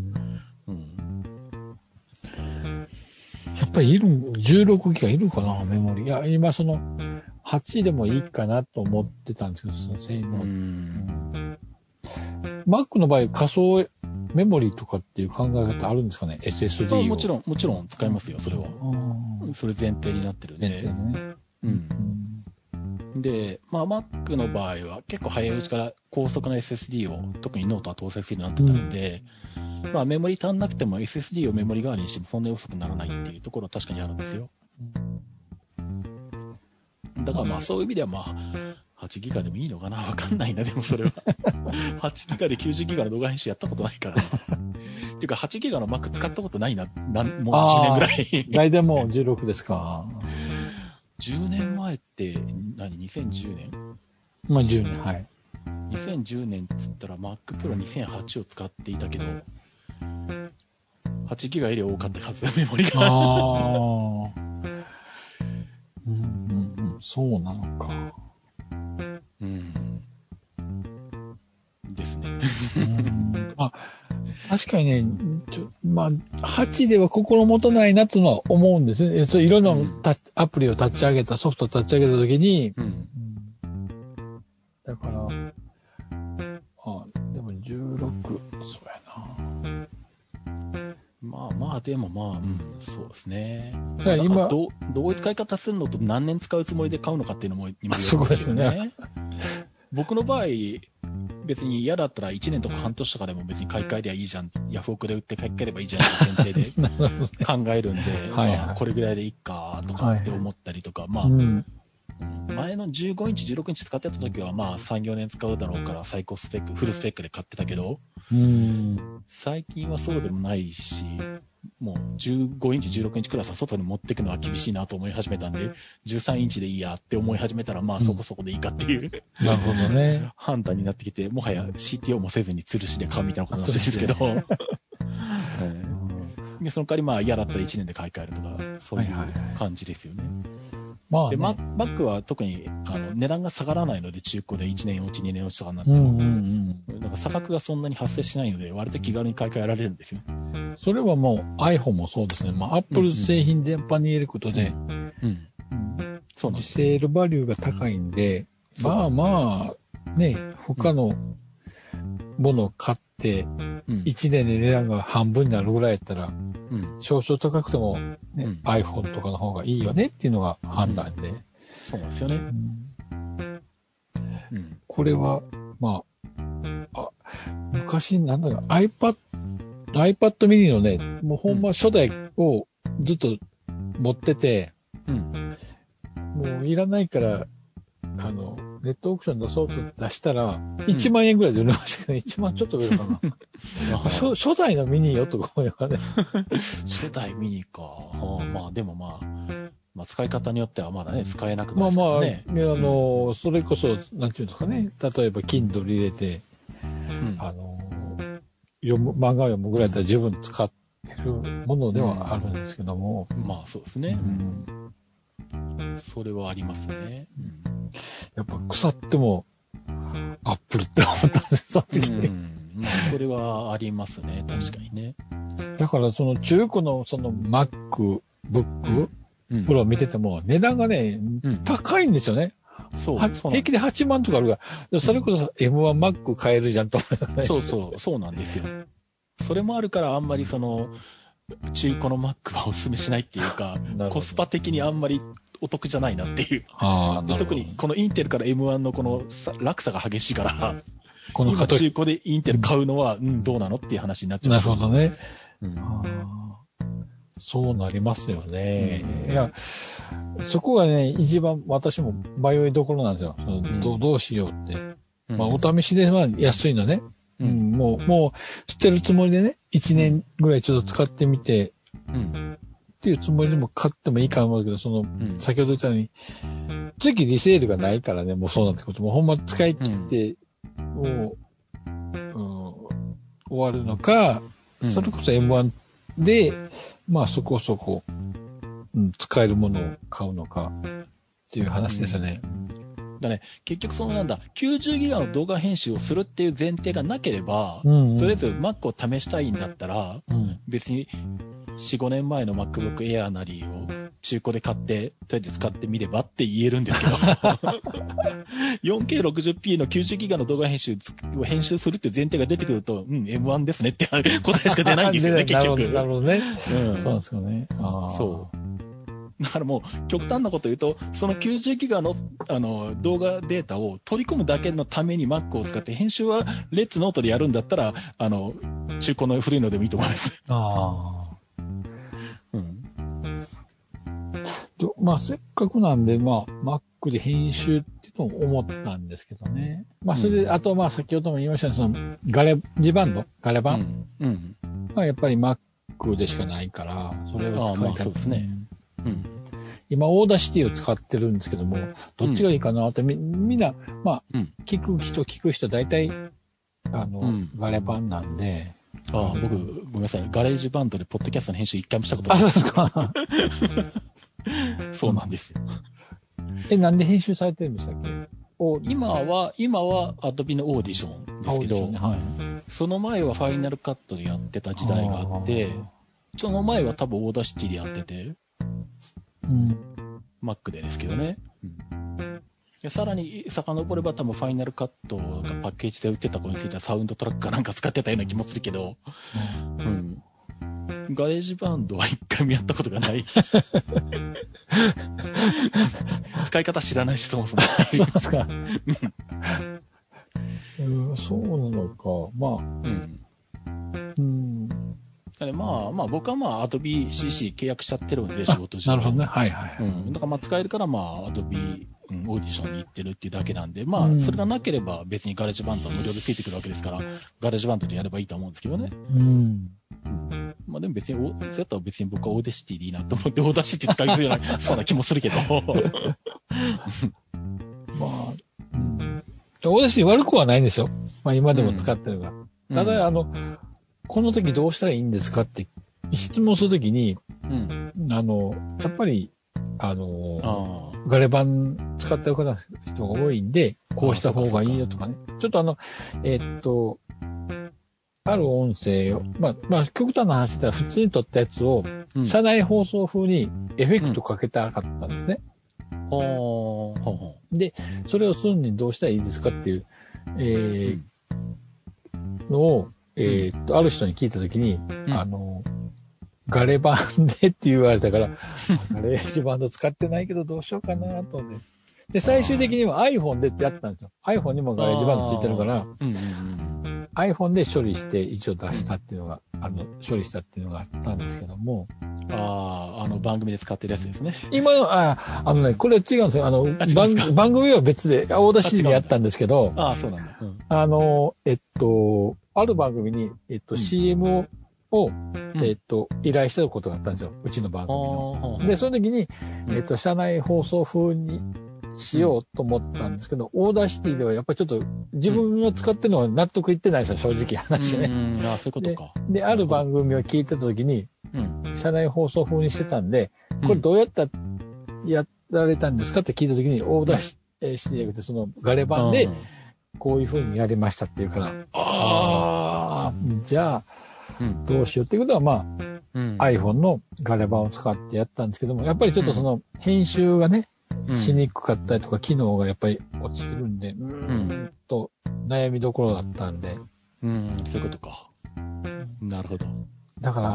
やっぱり16ギガいるかな、メモリ。いや、今8でもいいかなと思ってたんですけど、その性能。Mac の場合、仮想メモリとかっていう考え方あるんですかね ?SSD を。 もちろん使いますよ、それは。それ前提になってるんで。 前提ね。 で、まあ Mac の場合は結構早いうちから高速な SSD を特にノートは搭載するようになってたので、まあメモリ足んなくても SSD をメモリ代わりにしてもそんなに遅くならないっていうところは確かにあるんですよ。だからまあそういう意味ではまあ、 8ギガでもいいのかなわかんないな、でもそれは。8ギガで90ギガの動画編集やったことないから。っていうか、8ギガの Mac 使ったことないな、もう1年ぐらい。 大体もう16ですか。 10年前って、2010年まあ10年、はい。 2010年っつったら Mac Pro 2008を使っていたけど、8ギガより多かったはず、メモリが。 そうなのか。 ですね。 まあ、確かにね、まあ、8では心もとないなとは思うんですね。いろんなアプリを立ち上げた、ソフトを立ち上げたときに、だから、でも16、そうやな。 でもそうですね。 今どういう使い方するのと何年使うつもりで買うのかっていうのも今そうですね。 僕の場合、別に嫌だったら1年とか半年とかでも別に買い替えりゃいいじゃん。ヤフオクで売って買い替えればいいじゃんって前提で考えるんで、これぐらいでいいかとかって思ったりとか、前の15インチ、16インチ使ってた時は3、4年使うだろうから最高スペック、フルスペックで買ってたけど、最近はそうでもないし、もう15インチ、16インチクラスは外に持っていくのは厳しいなと思い始めたんで、13インチでいいやって思い始めたら、そこそこでいいかっていう、 なるほどね。 判断になってきて、もはや CTO もせずに吊るしで買うみたいなことなんですけど、でその代わり嫌だったら1年で買い替えるとか、そういう感じですよね。で、Mac は特に値段が下がらないので、中古で1年落ち、2年落ちとかになっても、なんか差額がそんなに発生しないので、割と気軽に買い替えられるんですよ。 それはもう iPhone もそうですね。Apple 製品全般に入れることで、 そうなんです。 リセールバリューが高いんで、他のものを買って、1年で値段が半分になるぐらいやったら、少々高くても、iPhone とかの方がいいよねっていうのが判断で。 そうなんですよね。 これは、昔iPad mini のね、もうほんま初代をずっと持ってて、もういらないから、ネットオークション出そうと出したら、1万円ぐらいで売れましたけど、1万ちょっと売れるかな。初代のミニよとか思いながらね。 初代ミニか。でも使い方によってはまだね、使えなくなるからね。 それこそ、なんていうんですかね。例えば、Kindle 入れて、漫画を読むぐらいだったら十分使ってるものではあるんですけども。 そうですね。それはありますね。 やっぱ腐っても、アップルって思ったんですよ、その時に。 それはありますね、確かにね。 だからその中古のその MacBook Pro 見てても値段がね、高いんですよね。平気で8万とかあるから、それこそ M1 Mac 買えるじゃんと思う、 そうなんですよ。それもあるからあんまり中古の Mac はお勧めしないっていうか、コスパ的にあんまりお得じゃないなっていう。特にこのインテルから M1 のこの落差が激しいから、今中古でインテル買うのは、どうなのっていう話になっちゃう。 なるほどね。そうなりますよね。いや、そこがね、一番私も迷いどころなんですよ。どうしようって。お試しで安いのね。もう捨てるつもりでね、1年ぐらいちょっと使ってみて、っていうつもりでも買ってもいいかと思うけど、先ほど言ったように、次リセールがないからね、もうそうなってことも、ほんま使い切って、もう、終わるのか、それこそ M1 で、そこそこ、使えるものを買うのか、っていう話ですよね。 結局90ギガの動画編集をするっていう前提がなければ、とりあえず Mac を試したいんだったら、別に4、5年前の MacBook Air なりを中古で買って、とりあえず使ってみればって言えるんですけど、4K60p の90ギガの動画編集を編集するっていう前提が出てくると、M1 ですねって答えしか出ないんですよね、結局。 なるほどね。そうなんですよね。 そう。だからもう、極端なこと言うと、その90ギガの、動画データを取り込むだけのために Mac を使って、編集はレッツノートでやるんだったら、中古の古いのでもいいと思います。せっかくなんで、Mac で編集ってと思ったんですけどね。まあ、それで、あと、まあ、先ほども言いましたね、その、ガレ版はやっぱり Mac でしかないから、それを使いたい。 そうですね。 今、オーダーシティを使ってるんですけども、どっちがいいかなって、みんな、まあ、聞く人、大体、ガレ版なんで。 僕、ごめんなさい。ガレージバンドでポッドキャストの編集一回もしたことないです。 そうですか。 そうなんですよ。 なんで編集されてるんでしたっけ？ 今は Adobe のオーディションですけど、その前はファイナルカットでやってた時代があって、その前は多分オーダーシティでやってて、Mac でですけどね。さらに遡れば多分ファイナルカットがパッケージで売ってた子についたサウンドトラックかなんか使ってたような気もするけど、ガレージバンドは一回もやったことがない。使い方知らないし、そもそも。 そうですか。そうなのか。まあ。 まあ僕はAdobe CC 契約しちゃってるんで、仕事上。 なるほどね。はいはい。 だから使えるからAdobeオーディションに行ってるっていうだけなんで、それがなければ別にガレージバンドは無料でついてくるわけですから、ガレージバンドでやればいいと思うんですけどね。でも別に、そうやったら別に僕はオーデーシティでいいなと思って、オーダーシティ使いそうな気もするけど。 オーデーシティ悪くはないんですよ。今でも使ってるが。ただ、この時どうしたらいいんですかって質問するときに、やっぱり、ガレ版使ってる方の人が多いんで、こうした方がいいよとかね。ちょっとある音声を、極端な話では普通に撮ったやつを、車内放送風にエフェクトかけたかったんですね。で、それをするにどうしたらいいですかっていう、のを、ある人に聞いたときに、ガレ版でって言われたから、ガレージバンド使ってないけどどうしようかなとね。で、最終的には iPhone でってやったんですよ。iPhone にもガレージバンドついてるから、iPhone で処理して一応出したっていうのが、処理したっていうのがあったんですけども。 番組で使ってるやつですね。 今の、これ違うんですよ。番組は別で、オーダーシティでやったんですけど、 そうなんだ。 ある番組に、CM を、依頼してることがあったんですよ。うちの番組の。で、その時に、社内放送風にしようと思ったんですけど、オーダーシティではやっぱりちょっと自分の使ってるのは納得いってないですよ、正直話ね。 そういうことか。 で、ある番組を聞いてた時に、社内放送風にしてたんで、これどうやったやられたんですかって聞いた時に、オーダーシティじゃなくて、そのガレ版で、こういう風にやりましたっていうから、じゃあ、どうしようっていうことは、iPhone のガレ版を使ってやったんですけども、やっぱりちょっとその編集がね、しにくかったりとか、機能がやっぱり落ちてるんで、悩みどころだったんで。 そういうことか。なるほど。 だから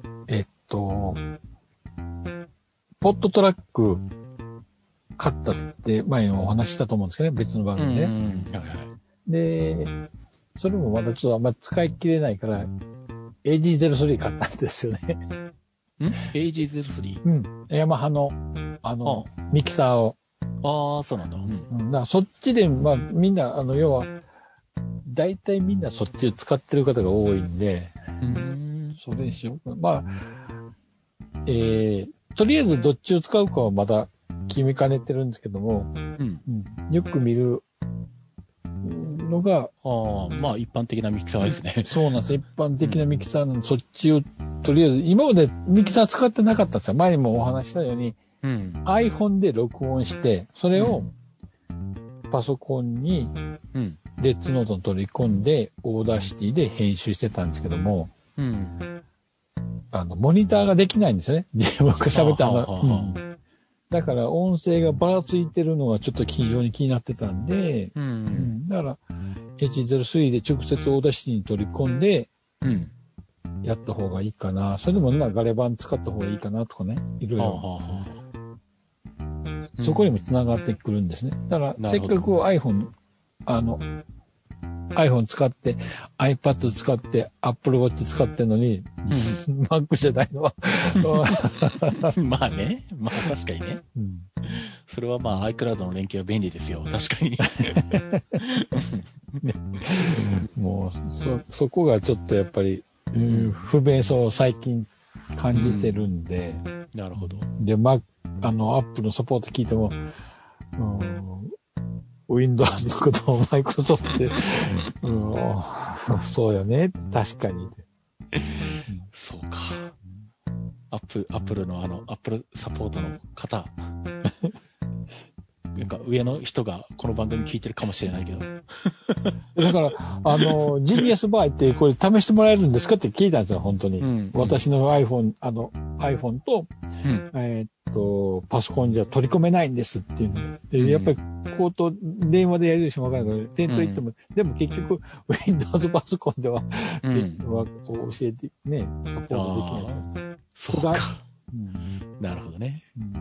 ポッドトラック買ったって前にお話ししたと思うんですけどね、別の番組でね。で、それもまだちょっとあんまり使い切れないから、AG03 買ったんですよね。 AG03？ ヤマハの、ミキサーを。 そうなんだ。だからそっちで、みんな、要は、大体みんなそっちを使ってる方が多いんで、それにしようか。とりあえずどっちを使うかはまだ決めかねてるんですけども、よく見るのが、 一般的なミキサーですね。 そうなんです。一般的なミキサーなので、そっちを、とりあえず、今までミキサー使ってなかったんですよ。前にもお話したように、iPhone で録音して、それをパソコンに、レッツノートに取り込んで、オーダーシティで編集してたんですけども、モニターができないんですよね。自分が喋ったのが。だから、音声がばらついてるのがちょっと非常に気になってたんで、だから、H03 で直接オーダーシティに取り込んで、やった方がいいかな。それでもガレ版使った方がいいかなとかね。いろいろ。そこにも繋がってくるんですね。だから、せっかくiPhone 使って、iPad 使って、Apple Watch 使ってんのに、Mac じゃないのは。 まあね。確かにね。 それはまあ iCloud の連携は便利ですよ。確かに。 もう、そこがちょっとやっぱり、不便さを最近感じてるんで。 なるほど。 で、Apple のサポート聞いても、Windows のことを Microsoft で、そうよね、確かに。 そうか。Apple のApple サポートの方。なんか上の人がこの番組聞いてるかもしれないけど。 だから、GPS バーってこれ試してもらえるんですかって聞いたんですよ、本当に。私の iPhone と、パソコンじゃ取り込めないんですっていうので、やっぱり、電話でやるでしょわからないから、店頭行っても、でも結局、Windows パソコンでは、教えて、ね、サポートできない。 そうか。なるほどね。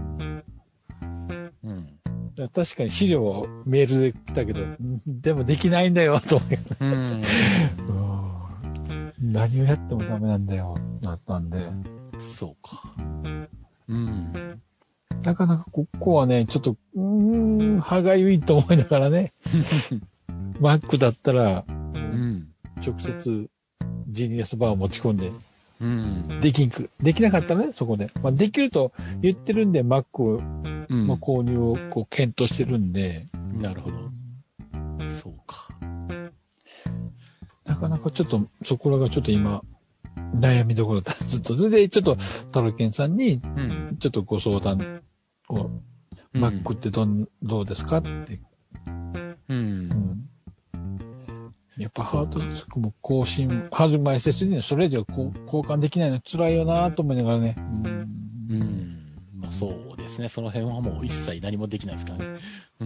確かに資料はメールで来たけど、でもできないんだよ、と思何をやってもダメなんだよ、なったんで。 そうか。 なかなかここはね、ちょっと、歯がゆいと思いながらね。Mac だったら、直接 Genius バーを持ち込んで、できなかったらね、そこで。できると言ってるんで、Mac を、購入を検討してるんで。 なるほど。そうか。 なかなかちょっと、そこらがちょっと今、悩みどころだ。ずっと。それで、ちょっと、タロケンさんに、ちょっとご相談を、Mac ってどうですかって。やっぱハードディスクも更新、始まりSSD のそれ以上交換できないの辛いよなと思いながらね。 まあそうですね。その辺はもう一切何もできないですからね。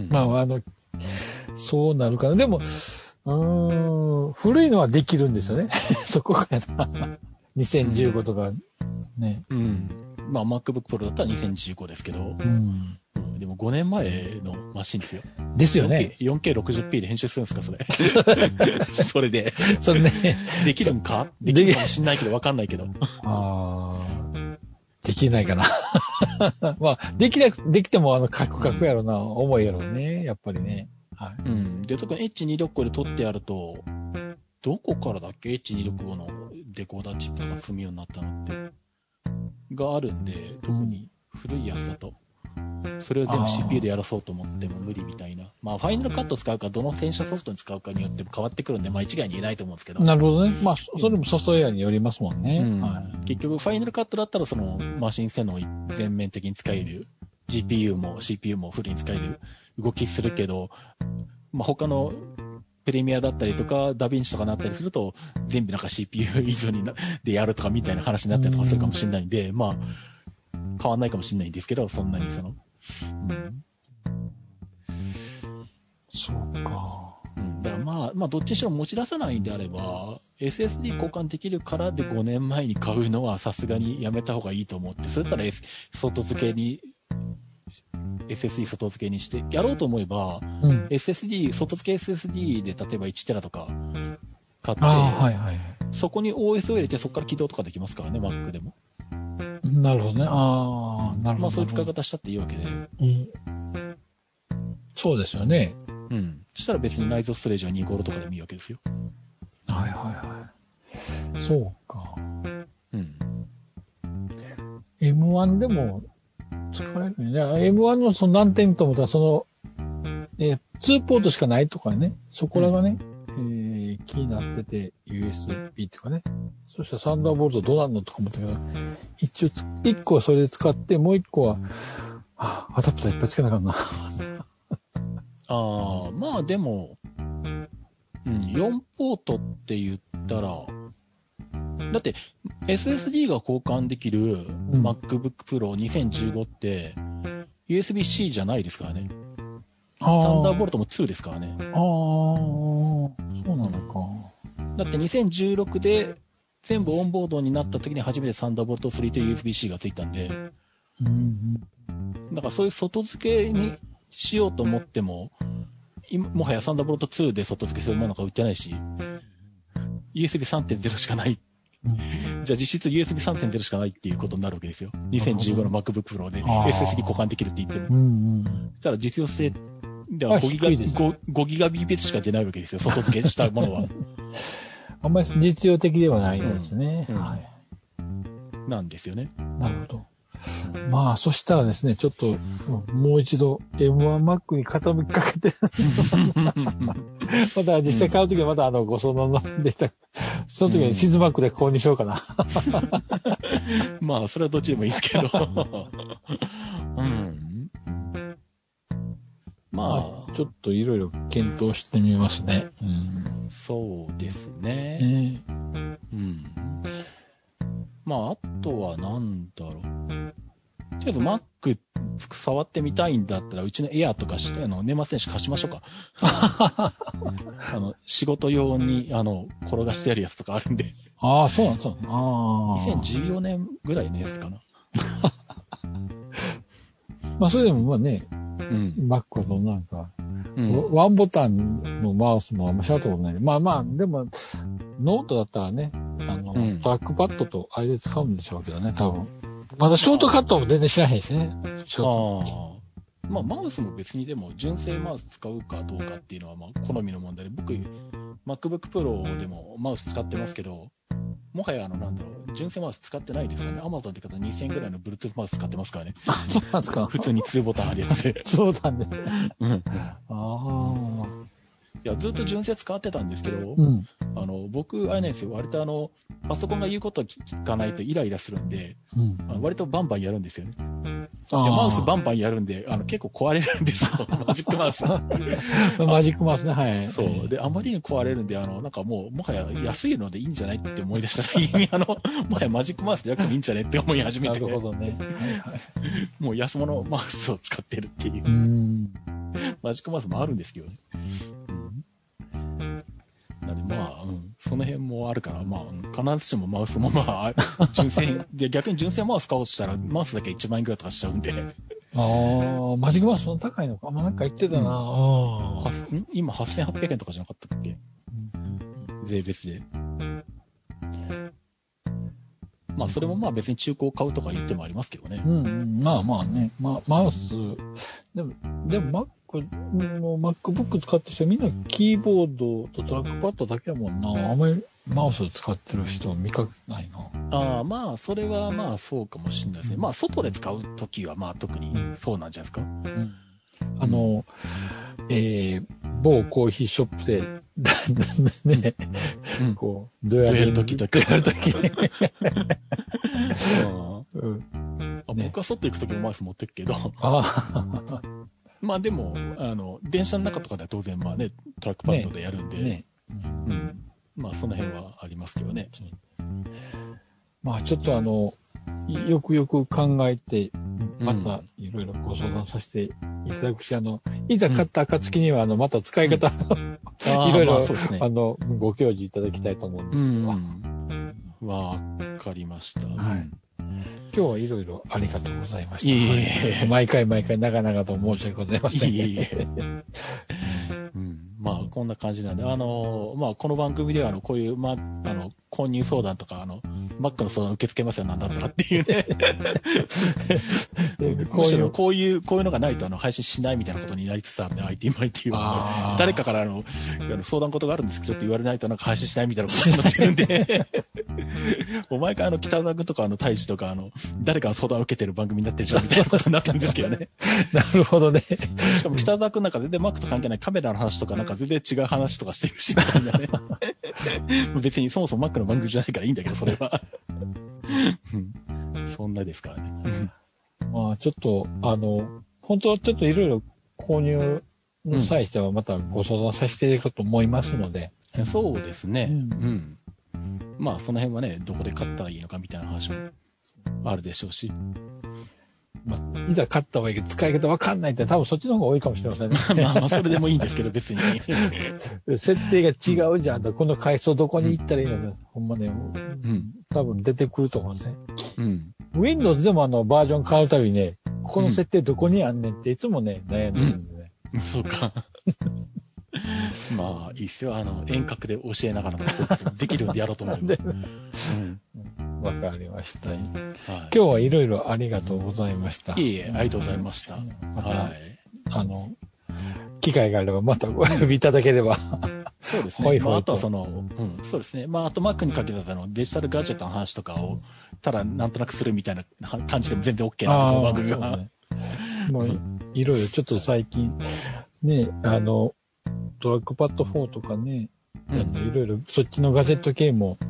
そうなるかな。でも、古いのはできるんですよね。そこかな。2015とかね。 まあ MacBook Pro だったら2015ですけど。でも5年前のマシンですよ。 ですよね。 4K60p で編集するんですか、それ。それで。 それね。 できるんかできるかもしんないけど、わかんないけど。 できないかな。まあ、できてもカクやろな、重いやろね、やっぱりね。はい。 で、特に H265 で撮ってあると、どこからだっけ ?H265 のデコーダーチップとか積むようになったのって。があるんで、特に古いやつだと。それを全部 CPU でやらそうと思っても無理みたいな。まあ、ファイナルカット使うか、どの洗車ソフトに使うかによっても変わってくるんで、まあ一概に言えないと思うんですけど。 なるほどね。まあ、それもソフトウェアによりますもんね。 結局、ファイナルカットだったら、その、マシン性能を全面的に使える、GPU も CPU もフルに使える動きするけど、まあ他の、プレミアだったりとか、ダヴィンチとかなったりすると、全部なんか CPU 依存でやるとかみたいな話になったりとかするかもしれないんで、まあ、変わんないかもしれないんですけど、そんなにその、 そうか。 だからまあ、どっちにしろ持ち出さないんであれば、SSD 交換できるからで5年前に買うのはさすがにやめた方がいいと思って、それだったら外付けに、SSD 外付けにして、やろうと思えば、SSD、外付け SSD で例えば1テラとか買って、そこに OS を入れてそこから起動とかできますからね、Mac でも。 なるほどね。なるほど。 まあそういう使い方したっていいわけで。 そうですよね。 そしたら別に内蔵ストレージは2ゴロとかでもいいわけですよ。 そうか。M1 でも使えるね。M1 のその難点と思ったら、その、2ポートしかないとかね。そこらがね、気になってて、USB とかね。そしたらサンダーボルトどうなんのとか思ったけど、一応1個はそれで使って、もう1個は、アダプターいっぱいつけなあかんな。 まあでも、4ポートって言ったら、だって SSD が交換できる MacBook Pro 2015って USB-C じゃないですからね。サンダーボルトも2ですからね。 そうなのか。 だって2016で全部オンボードになった時に初めてサンダーボルト3と USB-C がついたんで、だからそういう外付けにしようと思っても、もはやサンダーボルト2で外付けするものが売ってないし、USB 3.0 しかないじゃあ実質 USB 3.0 しかないっていうことになるわけですよ。2015の MacBook Pro で SSD 交換できるって言っても。そしたら実用性では5ギガ BPS しか出ないわけですよ。外付けしたものは。 あんまり実用的ではないんですね。 はい。なんですよね。 なるほど。まあ、そしたらですね、ちょっと、もう一度 M1Mac に傾きかけて、また実際買うときはまたご相談のデータ、その時にシズMacで購入しようかな。 まあ、それはどっちでもいいですけど。まあ、 ちょっといろいろ検討してみますね。 そうですね。まあ、あとはなんだろう。とりあえず Mac 触ってみたいんだったら、うちの Air とか年末年始貸しましょうか。仕事用に、転がしてやるやつとかあるんで。 ああ、そうなんですか。 2014年ぐらいのやつかな。 まあ、それでもまあね、Mac のなんか、ワンボタンのマウスもあんましゃったことない。まあまあ、でも、ノートだったらね、トラックパッドとあれで使うんでしょうけどね、多分。まだショートカットも全然知らへんしね。 まあ、マウスも別にでも、純正マウス使うかどうかっていうのは、まあ、好みの問題で、僕、MacBook Pro でもマウス使ってますけど、もはや純正マウス使ってないですよね。Amazon って方2000円ぐらいの Bluetooth マウス使ってますからね。 あ、そうなんですか。 普通に2ボタンあるやつで。 そうだね。 いや、ずっと純正使ってたんですけど、僕、あれなんですよ。割とパソコンが言うこと聞かないとイライラするんで、割とバンバンやるんですよね。マウスバンバンやるんで、結構壊れるんですよ。マジックマウス。 マジックマウスね、はい。 そう。で、あまりに壊れるんで、なんかもはや安いのでいいんじゃないって思い出した時に、もはやマジックマウスでやってもいいんじゃねって思い始めて。 なるほどね。 もう安物マウスを使ってるっていう。マジックマウスもあるんですけどね。なんでまあ、その辺もあるから、まあ、必ずしもマウスもまあ、純正、で、逆に純正マウス買おうとしたら、マウスだけ1万円くらいとかしちゃうんで。 マジックマウスそんな高いのか。なんか言ってたな。 今8800円とかじゃなかったっけ？税別で。まあ、それもまあ別に中古を買うとか言ってもありますけどね。 まあまあね。マウス、でも MacBook 使ってる人みんなキーボードとトラックパッドだけやもんな。あんまりマウス使ってる人見かけないな。 まあ、それはまあそうかもしれないですね。まあ、外で使うときはまあ特にそうなんじゃないですか。 某コーヒーショップで、ね、こう、どうやるとき。 僕は外行くときもマウス持ってくけど。まあでも、電車の中とかでは当然まあね、トラックパッドでやるんで、まあその辺はありますけどね。 まあちょっとよくよく考えて、またいろいろご相談させていただくし、いざ買った暁にはまた使い方、いろいろ、ご教示いただきたいと思うんですけど。 わかりました。 今日はいろいろありがとうございました。毎回長々と申し訳ございません。 まあ、こんな感じなんで、まあ、この番組では、こういう、購入相談とか、Mac の相談受け付けますよ、なんだったらっていうね。むしろこういうのがないと、配信しないみたいなことになりつつあるね、IT マイティは。誰かから相談事があるんですけどって言われないと、なんか配信しないみたいなことになってるんで。お前か北田君とか大使とか誰かの相談を受けてる番組になってるじゃんみたいなことになったんですけどね。 なるほどね。 しかも北田君なんか全然 Mac と関係ないカメラの話とかなんか全然違う話とかしてるしみたいなね。別にそもそも Mac の番組じゃないからいいんだけど、それは。そんなですからね。 まあちょっと、本当はちょっといろいろ購入に際してはまたご相談させていただくと思いますので。 そうですね。まあその辺はね、どこで買ったらいいのかみたいな話もあるでしょうし。 まあ、いざ買ったはいいけど、使い方わかんないって多分そっちの方が多いかもしれませんね。 まあそれでもいいんですけど、別に。 設定が違うじゃん。この階層どこに行ったらいいのか。ほんまね、多分出てくると思うんですね。Windows でもバージョン変わるたびにね、この設定どこにあんねんっていつもね、悩んでるんでね。 そうか。まあ、いいっすよ。遠隔で教えながらできるんでやろうと思う。 わかりました。今日はいろいろありがとうございました。 いえいえ、ありがとうございました。 また、機会があればまたご呼びいただければ。 そうですね。あとはそうですね。あと Mac にかけたデジタルガジェットの話とかを、ただなんとなくするみたいな感じでも全然 OK な番組は。ね、 もう、いろいろちょっと最近、ね、トラックパッド4とかね、いろいろそっちのガジェット系も、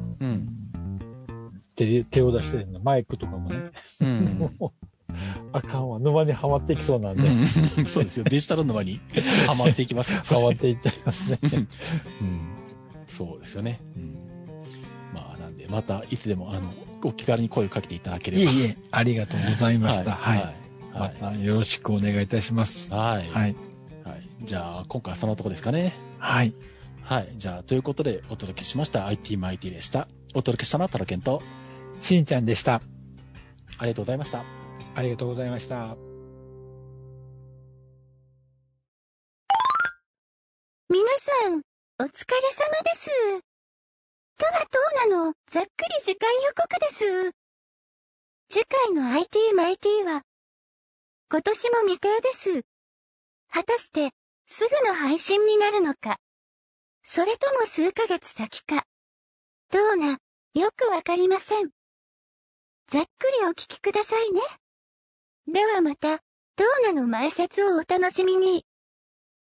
手を出してるの、マイクとかもね。あかんわ、沼にはまっていきそうなんで。 そうですよ。デジタル沼にはまっていきます。 はまっていっちゃいますね。 そうですよね。なんで、またいつでも、お気軽に声をかけていただければ。 いえいえ、ありがとうございました。はい。またよろしくお願いいたします。 はい。はい。じゃあ、今回はそのとこですかね。 はい。 はい。じゃあ、ということでお届けしました IT マイティでした。お届けしたのはタロケンと、 しんちゃんでした。 ありがとうございました。 ありがとうございました。 皆さん、お疲れ様です。とはどうなの、ざっくり次回予告です。次回の IT マイティは、今年も未定です。果たして、すぐの配信になるのか、それとも数ヶ月先か、どうな、よくわかりません。ざっくりお聞きくださいね。ではまた、どうなの前説をお楽しみに。